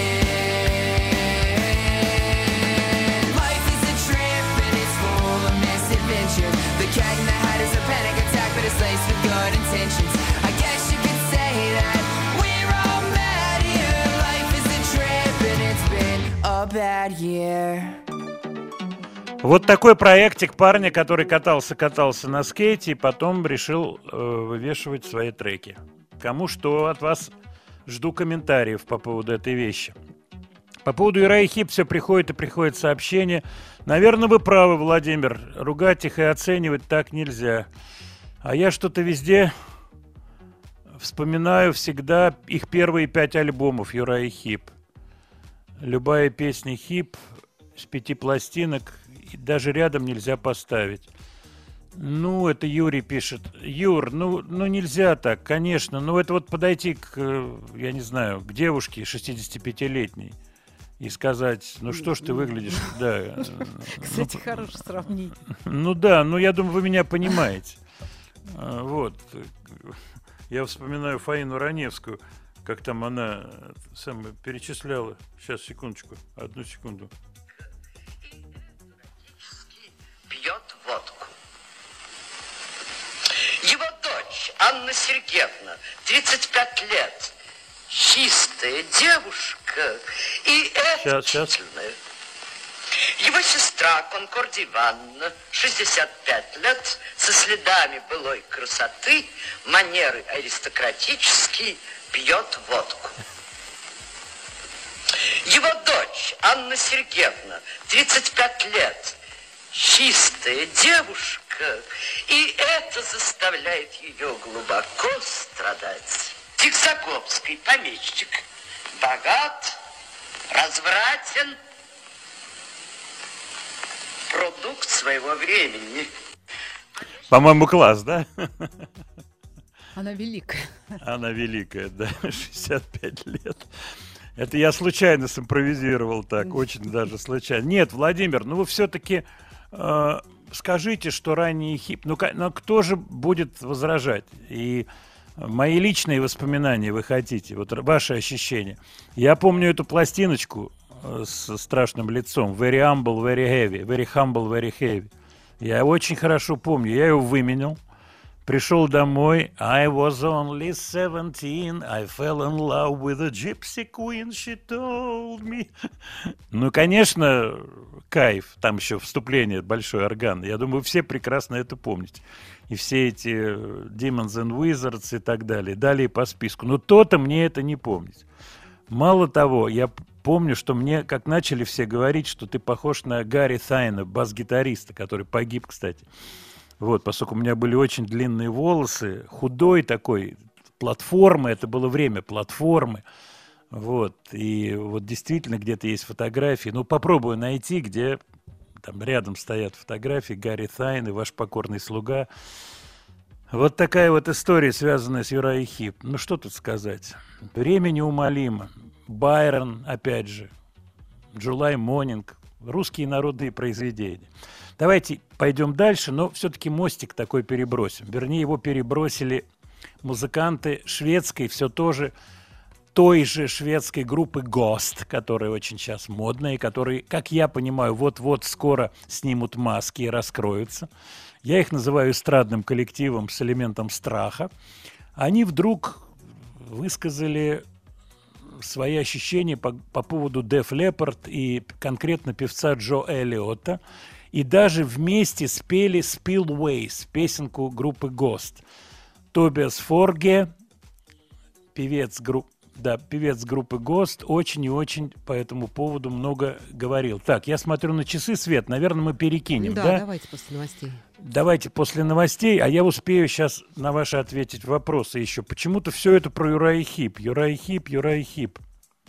been. Life is a trip and it's full of misadventure. The cat in the hat is a panic attack, but it's laced with good intentions. I guess you could say that we're all mad here. Life is a trip and it's been a bad year. Вот такой проектик парня, который катался-катался на скейте и потом решил э, вывешивать свои треки. Кому что, от вас жду комментариев по поводу этой вещи. По поводу Юрая Хип все приходит и приходит сообщение. Наверное, вы правы, Владимир. Ругать их и оценивать так нельзя. А я что-то везде вспоминаю всегда их первые пять альбомов Юрая Хип. Любая песня Хип с пяти пластинок даже рядом нельзя поставить. Ну, это Юрий пишет. Юр, ну, ну нельзя так, конечно. Ну, это вот подойти к, я не знаю, к девушке шестидесятипятилетней и сказать, ну что ж ты выглядишь, да. Кстати, хорошее сравнение. Ну да, ну я думаю, вы меня понимаете. Вот. Я вспоминаю Фаину Раневскую, как там она самое перечисляла. Сейчас, секундочку, одну секунду. Пьет водку. Его дочь Анна Сергеевна, тридцать пять лет, чистая девушка и эротичная. Его сестра Конкордия Ивановна, шестьдесят пять лет, со следами былой красоты, манеры аристократические, пьет водку. Его дочь Анна Сергеевна, тридцать пять лет, чистая девушка и это заставляет ее глубоко страдать. Тихзакопский помещик богат, развратен, продукт своего времени. По-моему, класс, да? Она великая. Она великая, да, шестьдесят пять лет. Это я случайно симпровизировал так, очень даже случайно. Нет, Владимир, ну вы все-таки э, скажите, что ранний хип... Ну, ну кто же будет возражать? И мои личные воспоминания вы хотите, вот ваши ощущения. Я помню эту пластиночку с страшным лицом. Very humble, very heavy. Very humble, very heavy. Я очень хорошо помню. Я ее выменял. Пришел домой. I was only seventeen. I fell in love with a gypsy queen. She told me. Ну, конечно, кайф. Там еще вступление, большой орган. Я думаю, все прекрасно это помните. И все эти Demons and Wizards и так далее. Далее по списку. Но то-то мне это не помнить. Мало того, я помню, что мне, как начали все говорить, что ты похож на Гарри Тайна, бас-гитариста, который погиб, кстати. Вот, поскольку у меня были очень длинные волосы, худой такой, платформы, это было время платформы. Вот, и вот действительно где-то есть фотографии. Ну, попробую найти, где там рядом стоят фотографии Гарри Тайн и ваш покорный слуга. Вот такая вот история, связанная с Юрай Хип. Ну, что тут сказать? Время неумолимо. Байрон, опять же. Джулай Монинг. Русские народные произведения. Давайте пойдем дальше, но все-таки мостик такой перебросим. Вернее, его перебросили музыканты шведской, все тоже той же шведской группы Ghost, которая очень сейчас модная, и которые, как я понимаю, вот-вот скоро снимут маски и раскроются. Я их называю эстрадным коллективом с элементом страха. Они вдруг высказали свои ощущения по, по поводу Def Leppard и конкретно певца Джо Эллиота. И даже вместе спели Spillways, песенку группы Ghost. Тобиас Форге, певец, групп, да, певец группы Ghost, очень и очень по этому поводу много говорил. Так, я смотрю на часы, Свет, наверное, мы перекинем, да? Да, давайте после новостей. Давайте после новостей, а я успею сейчас на ваши ответить вопросы еще. Почему-то все это про Юрай Хип. Юрай Хип, Юрай Хип.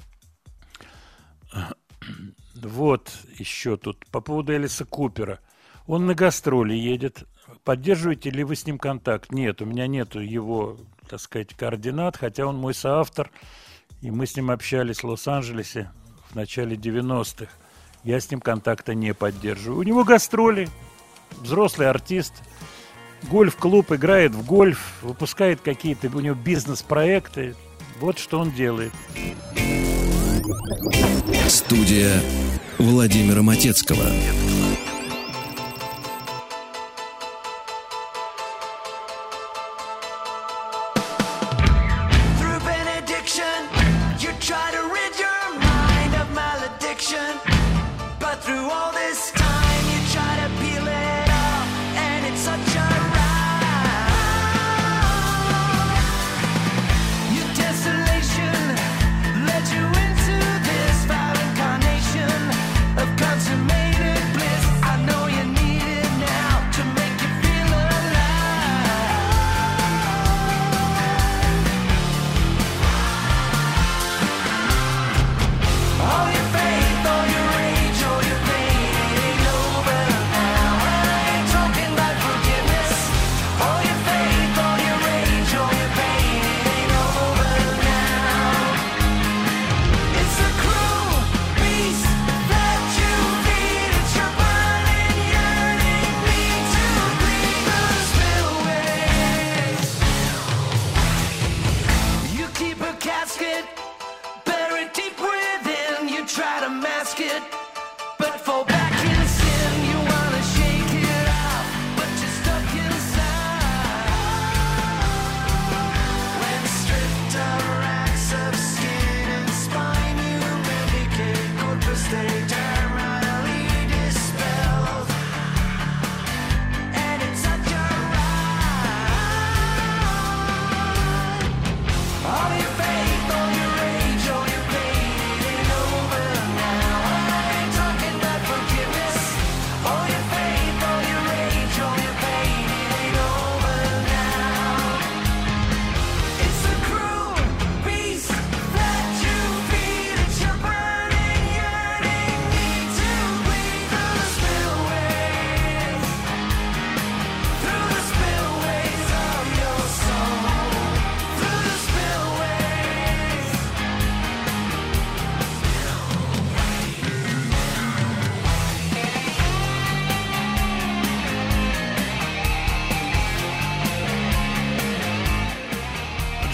Вот еще тут по поводу Элиса Купера. Он на гастроли едет. Поддерживаете ли вы с ним контакт? Нет, у меня нету его, так сказать, координат, хотя он мой соавтор, и мы с ним общались в Лос-Анджелесе в начале девяностых. Я с ним контакта не поддерживаю. У него гастроли, взрослый артист, гольф-клуб, играет в гольф, выпускает какие-то у него бизнес-проекты. Вот что он делает. Студия Владимира Матецкого. All your faith, all your rage, all your pain, it ain't over now. I ain't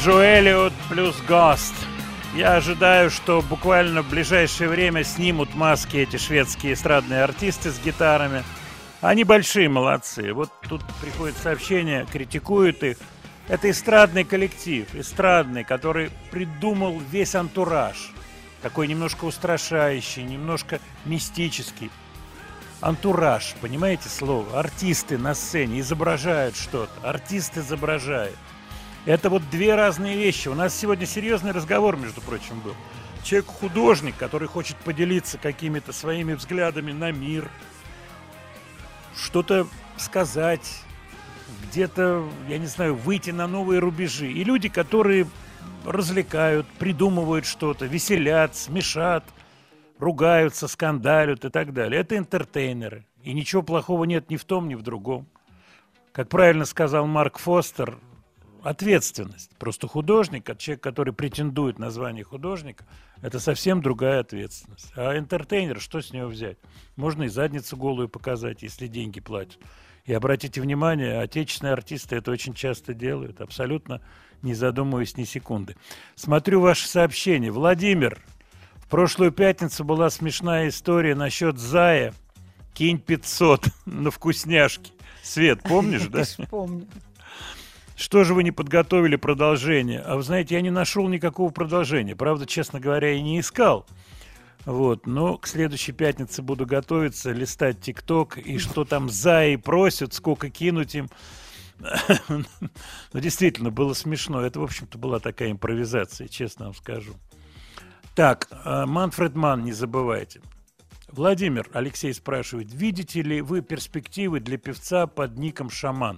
Джо Эллиот плюс Ghost. Я ожидаю, что буквально в ближайшее время снимут маски эти шведские эстрадные артисты с гитарами. Они большие молодцы. Вот тут приходит сообщение, критикуют их. Это эстрадный коллектив, эстрадный, который придумал весь антураж. Такой немножко устрашающий, немножко мистический. Антураж, понимаете слово? Артисты на сцене изображают что-то. Артист изображает. Это вот две разные вещи. У нас сегодня серьезный разговор, между прочим, был. Человек-художник, который хочет поделиться какими-то своими взглядами на мир, что-то сказать, где-то, я не знаю, выйти на новые рубежи. И люди, которые развлекают, придумывают что-то, веселят, смешат, ругаются, скандалят и так далее. Это энтертейнеры. И ничего плохого нет ни в том, ни в другом. Как правильно сказал Марк Фостер, ответственность. Просто художник, человек, который претендует на звание художника, это совсем другая ответственность. А энтертейнер, что с него взять? Можно и задницу голую показать, если деньги платят. И обратите внимание, отечественные артисты это очень часто делают, абсолютно не задумываясь ни секунды. Смотрю ваши сообщения. Владимир, в прошлую пятницу была смешная история насчет зая. Кинь пятьсот на вкусняшки. Свет, помнишь, да? Помню. Что же вы не подготовили продолжение? А вы знаете, я не нашел никакого продолжения. Правда, честно говоря, и не искал. Вот, но к следующей пятнице буду готовиться, листать ТикТок, и что там заи просят, сколько кинуть им. Ну, действительно, было смешно. Это, в общем-то, была такая импровизация, честно вам скажу. Так, Манфред Манн, не забывайте. Владимир, Алексей спрашивает, видите ли вы перспективы для певца под ником Шаман?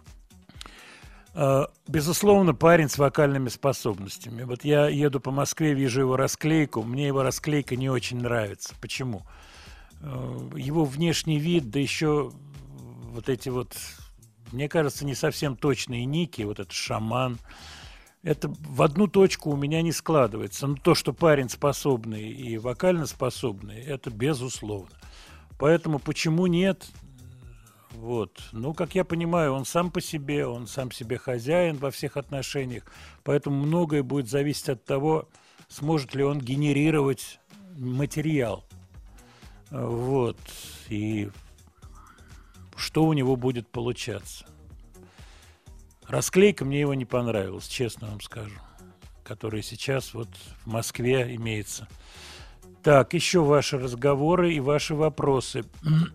Безусловно, парень с вокальными способностями. Вот я еду по Москве, вижу его расклейку. Мне его расклейка не очень нравится. Почему? Его внешний вид, да еще вот эти вот, мне кажется, не совсем точные ники, вот этот Шаман, это в одну точку у меня не складывается. Но то, что парень способный и вокально способный, это безусловно. Поэтому почему нет? Вот. Ну, как я понимаю, он сам по себе, он сам себе хозяин во всех отношениях, поэтому многое будет зависеть от того, сможет ли он генерировать материал. Вот. И что у него будет получаться. Расклейка мне его не понравилась, честно вам скажу, которая сейчас вот в Москве имеется. Так, еще ваши разговоры и ваши вопросы.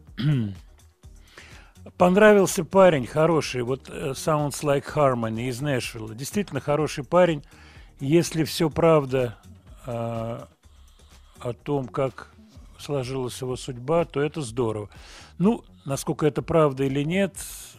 Понравился парень, хороший, вот Sounds Like Harmony из Нэшвилла. Действительно хороший парень. Если все правда э, о том, как сложилась его судьба, то это здорово. Ну, насколько это правда или нет,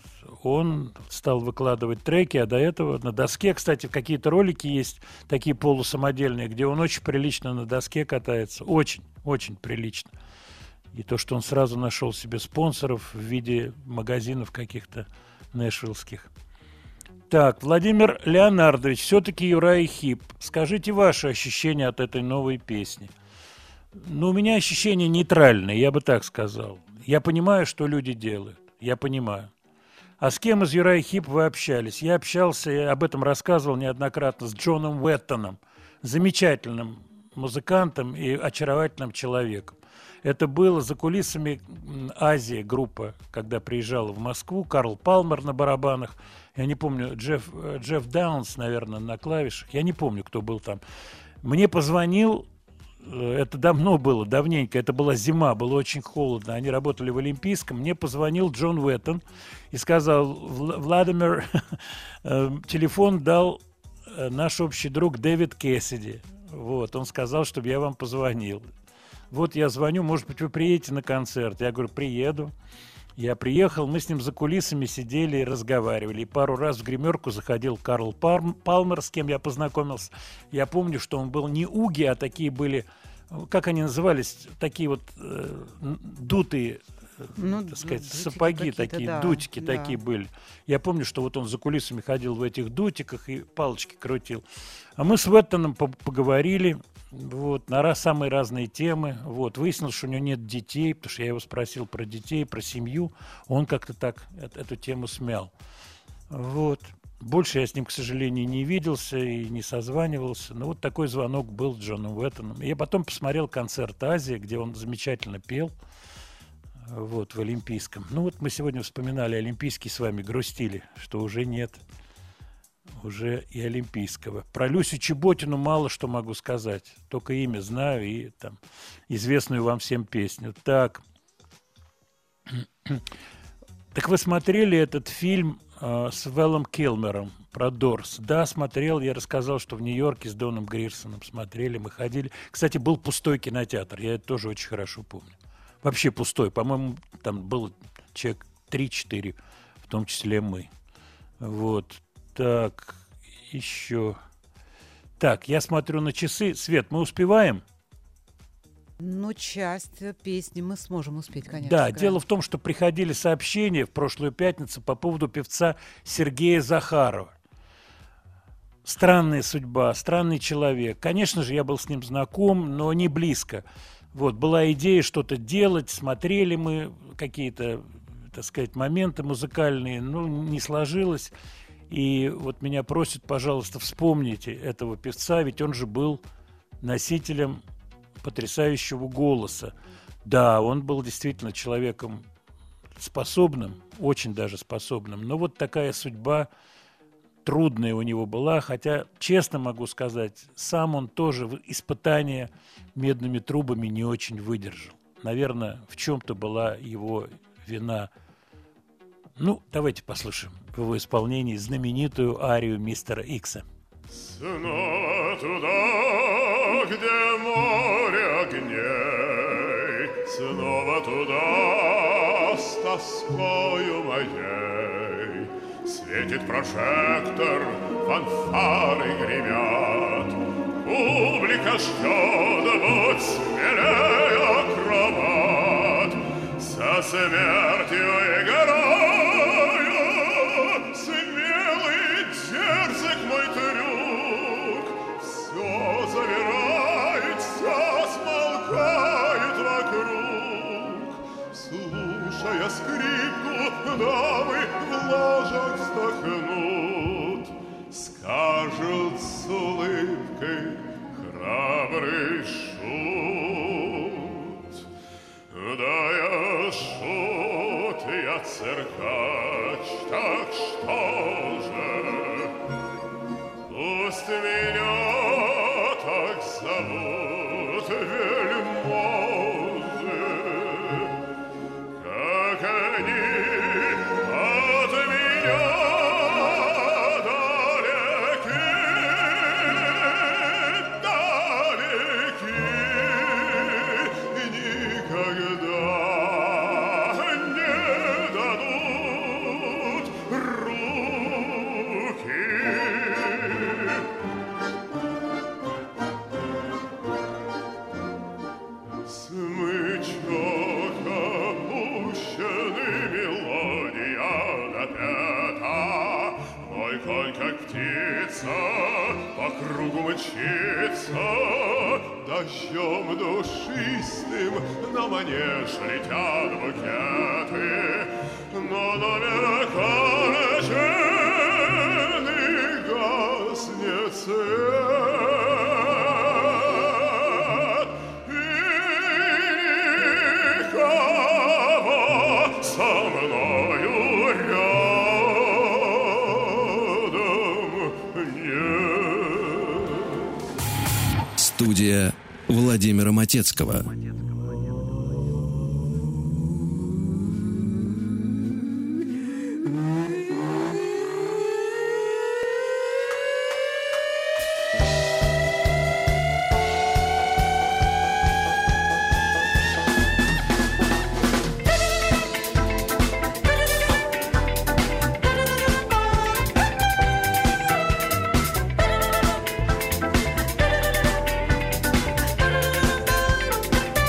он стал выкладывать треки, а до этого на доске, кстати, какие-то ролики есть, такие полусамодельные, где он очень прилично на доске катается. Очень, очень прилично. И то, что он сразу нашел себе спонсоров в виде магазинов каких-то нэшвиллских. Так, Владимир Леонардович, все-таки Юрай Хип. Скажите ваши ощущения от этой новой песни. Ну, у меня ощущения нейтральные, я бы так сказал. Я понимаю, что люди делают. Я понимаю. А с кем из Юрай Хип вы общались? Я общался, я об этом рассказывал неоднократно, с Джоном Уэттоном. Замечательным музыкантом и очаровательным человеком. Это было за кулисами Азии группа, когда приезжала в Москву. Карл Палмер на барабанах. Я не помню, Джефф, Джефф Даунс, наверное, на клавишах. Я не помню, кто был там. Мне позвонил, это давно было, давненько, это была зима, было очень холодно. Они работали в Олимпийском. Мне позвонил Джон Уэттон и сказал, Владимир, телефон дал наш общий друг Дэвид Кэссиди. Вот, он сказал, чтобы я вам позвонил. Вот я звоню, может быть, вы приедете на концерт. Я говорю, приеду. Я приехал, мы с ним за кулисами сидели и разговаривали. И пару раз в гримерку заходил Карл Палмер, с кем я познакомился. Я помню, что он был не уги, а такие были, как они назывались, такие вот э, дутые, ну, так сказать, сапоги такие, да, дутики да. такие были. Я помню, что вот он за кулисами ходил в этих дутиках и палочки крутил. А мы с Уэттоном поговорили. Вот, на раз, самые разные темы. Вот, выяснилось, что у него нет детей, потому что я его спросил про детей, про семью. Он как-то так эту тему смял. Вот. Больше я с ним, к сожалению, не виделся и не созванивался. Но вот такой звонок был с Джоном Уэттоном. Я потом посмотрел концерт «Азия», где он замечательно пел. Вот, в Олимпийском. Ну вот мы сегодня вспоминали Олимпийский с вами, грустили, что уже нет уже и Олимпийского. Про Люсю Чеботину мало что могу сказать. Только имя знаю и там известную вам всем песню. Так. Так вы смотрели этот фильм э, с Вэлом Килмером про Дорс? Да, смотрел. Я рассказал, что в Нью-Йорке с Доном Грирсоном смотрели, мы ходили. Кстати, был пустой кинотеатр. Я это тоже очень хорошо помню. Вообще пустой. По-моему, там было человек три-четыре, в том числе мы. Вот. Так, еще. Так, я смотрю на часы. Свет, мы успеваем? Ну, часть песни мы сможем успеть, конечно. Да, сыграть. дело в том, что приходили сообщения в прошлую пятницу по поводу певца Сергея Захарова. Странная судьба, странный человек. Конечно же, я был с ним знаком, но не близко. Вот, была идея что-то делать, смотрели мы какие-то, так сказать, моменты музыкальные, ну, не сложилось. И вот меня просят, пожалуйста, вспомните этого певца, ведь он же был носителем потрясающего голоса. Да, он был действительно человеком способным, очень даже способным, но вот такая судьба трудная у него была, хотя, честно могу сказать, сам он тоже испытания медными трубами не очень выдержал. Наверное, в чем-то была его вина. Ну, давайте послушаем в его исполнении знаменитую арию мистера Икса. Снова туда, где море огней, снова туда с тоскою моей. Светит прожектор, фанфары гремят, публика ждет, будь смелее, акробат, со смертью играю, смелый дерзок мой трюк, все завирает, все смолкает вокруг, слушая скрипку, дамы в ложах вздохнут, скажут с улыбкой храбрый шут. Да я шут, я циркач, так что же? Пусть меня так зовут вельможи, как они от меня далеки, далеки, никогда не дадут руки. Смычок опущенный, мелодия допята, мой конь, как птица, по кругу мчится, дождем душистым на манеж летят букеты, но номер конченый гаснет свет, и никого со мною рядом нет. Студия Владимира Матецкого. Thank you.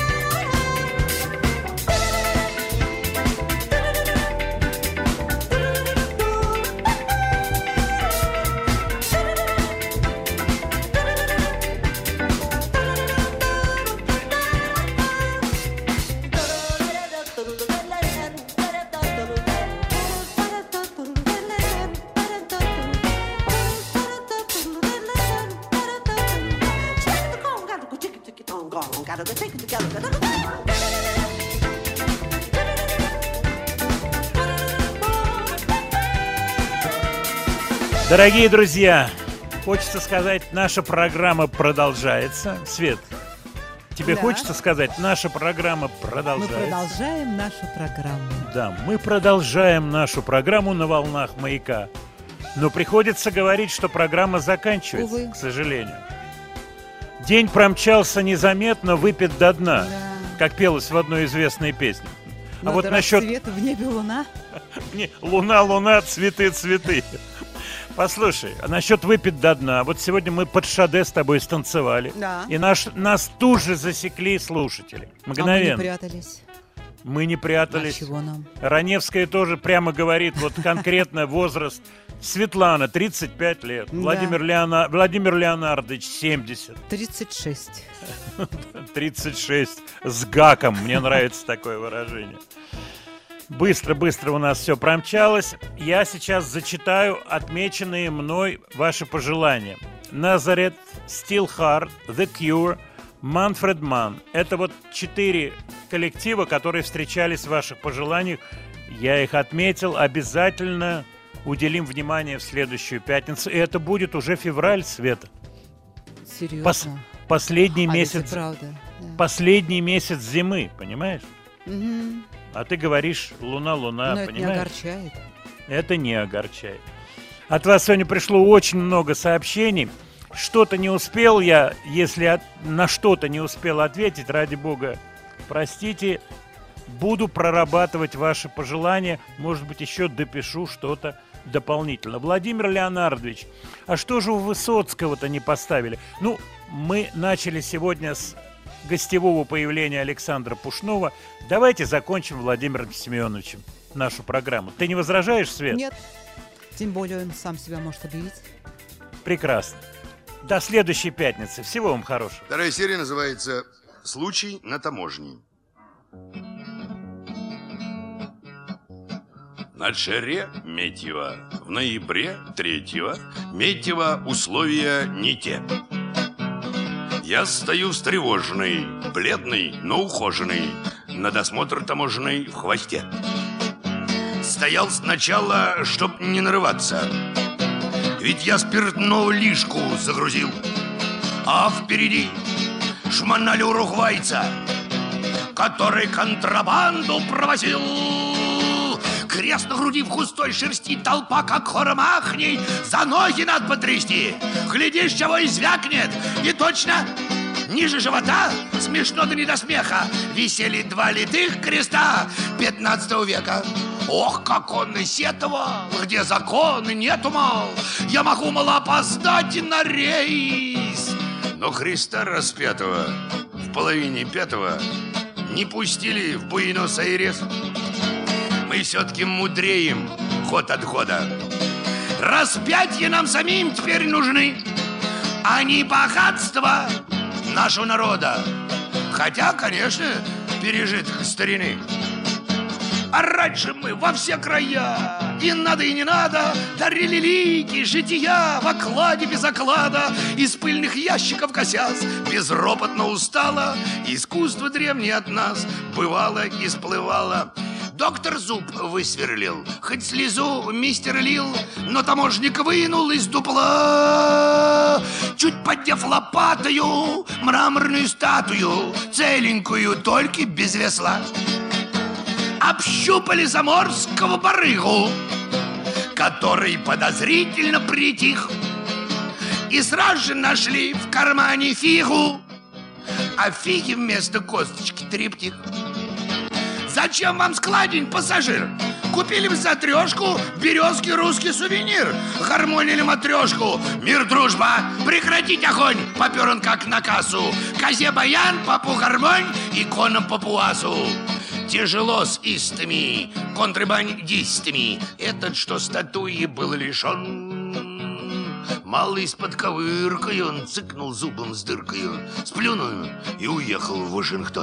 Дорогие друзья, хочется сказать, наша программа продолжается. Свет, тебе Да. хочется сказать, наша программа продолжается? Мы продолжаем нашу программу. Да, мы продолжаем нашу программу на волнах «Маяка». Но приходится говорить, что программа заканчивается, Увы. к сожалению. День промчался незаметно, выпит до дна, как пелось в одной известной песне. А Надо вот насчет... рассвет, в небе луна. Не, луна, луна, цветы, цветы. Послушай, а насчет выпит до дна. Вот сегодня мы под Шаде с тобой станцевали. Да. И наш, нас тут же засекли слушатели. Мгновенно. А мы не прятались. Мы не прятались. А чего нам? Раневская тоже прямо говорит, вот конкретно возраст. Светлана, тридцать пять лет. Да. Владимир, Леона... Владимир Леонардович, семьдесят. тридцать шесть. тридцать шесть. С гаком. Мне нравится такое выражение. Быстро-быстро у нас все промчалось. Я сейчас зачитаю отмеченные мной ваши пожелания. Назарет, Still Hard, The Cure, Manfred Mann. Это вот четыре коллектива, которые встречались в ваших пожеланиях. Я их отметил. Обязательно уделим внимание в следующую пятницу. И это будет уже февраль, Света. Серьезно? Пос- последний А, месяц. ведь и правда. Да. Последний месяц зимы, понимаешь? Мгм. А ты говоришь луна, луна, Но это не понимаешь? огорчает. Это не огорчает. От вас сегодня пришло очень много сообщений. Что-то не успел я, если от- на что-то не успел ответить, ради бога, простите. Буду прорабатывать ваши пожелания. Может быть, еще допишу что-то дополнительно. Владимир Леонардович, а что же у Высоцкого-то не поставили? Ну, мы начали сегодня с гостевого появления Александра Пушнова. Давайте закончим Владимиром Семеновичем нашу программу. Ты не возражаешь, Свет? Нет. Тем более он сам себя может объявить. Прекрасно. До следующей пятницы. Всего вам хорошего. Вторая серия называется «Случай на таможне». На Шере Метьева в ноябре третьего Метьева условия не те. Я стою встревоженный, бледный, но ухоженный, на досмотр таможенный в хвосте. Стоял сначала, чтоб не нарываться, ведь я спиртного лишку загрузил. А впереди шмонали уругвайца, который контрабанду провозил. Крест на груди в густой шерсти, толпа как хором ахней. За ноги надо потрясти, глядишь, чего и звякнет. И точно ниже живота, смешно да не до смеха, висели два литых креста пятнадцатого века. Ох, как он и сетовал, где законы нету, мол, я могу, мол, опоздать на рейс. Но Христа распятого в половине пятого не пустили в Буэнос-Айрес. Мы все-таки мудреем ход от года. Распятия нам самим теперь нужны, а не богатство нашего народа. Хотя, конечно, пережиток старины. А раньше мы во все края, и надо, и не надо, дарили лики, жития в окладе без оклада, из пыльных ящиков косясь, безропотно устала. Искусство древнее от нас бывало и сплывало. Доктор зуб высверлил, хоть слезу мистер лил, но таможник вынул из дупла, чуть поддев лопатою, мраморную статую, целенькую, только без весла. Общупали заморского барыгу, который подозрительно притих, и сразу же нашли в кармане фигу, а фиги вместо косточки трептих. Зачем вам складень, пассажир? Купили бы за трешку березки русский сувенир. Гармонили матрешку. Мир, дружба, прекратить огонь. Попер он как на кассу. Козе баян, папу гармонь и конам папуасу. Тяжело с истами, контрабандистами. Этот, что статуи был лишен. Малый с подковыркой, он цыкнул зубом с дыркой, сплюнул и уехал в Вашингтон.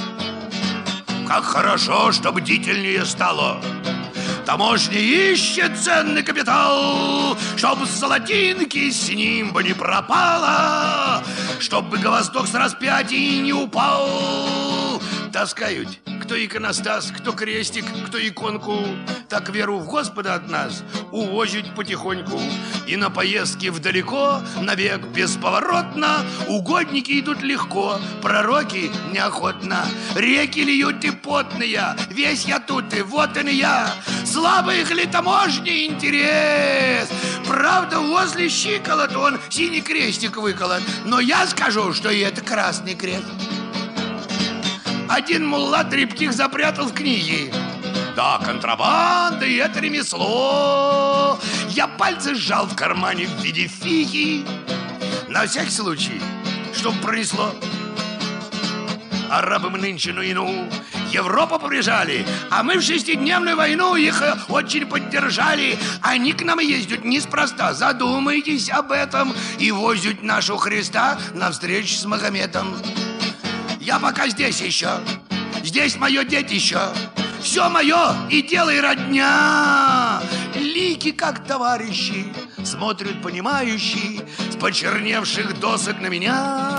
Как хорошо, что бдительнее стало. Таможня ищет ценный капитал, чтоб золотинки с ним бы не пропало, чтоб бы гвоздок с распятий не упал. Таскают к кто иконостас, кто крестик, кто иконку. Так веру в Господа от нас увозить потихоньку. И на поездке вдалеко, навек бесповоротно, угодники идут легко, пророки неохотно. Реки льют и потные, весь я тут и вот он и я. Слабых ли таможни интерес? Правда, возле щиколот он синий крестик выколот, но я скажу, что и это красный крест. Один мулла трептих запрятал в книге. Да, контрабанда и это ремесло. Я пальцы сжал в кармане в виде фиги. На всякий случай, чтоб пронесло. Арабы мы нынче, ну и ну. Европу побежали, а мы в шестидневную войну их очень поддержали. Они к нам ездят неспроста, задумайтесь об этом. И возят нашу Христа на встречу с Магометом. Я пока здесь еще, здесь мое детище. Все мое и делай родня. Лики, как товарищи, смотрят понимающие с почерневших досок на меня.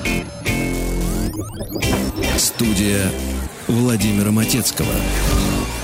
Студия Владимира Матецкого.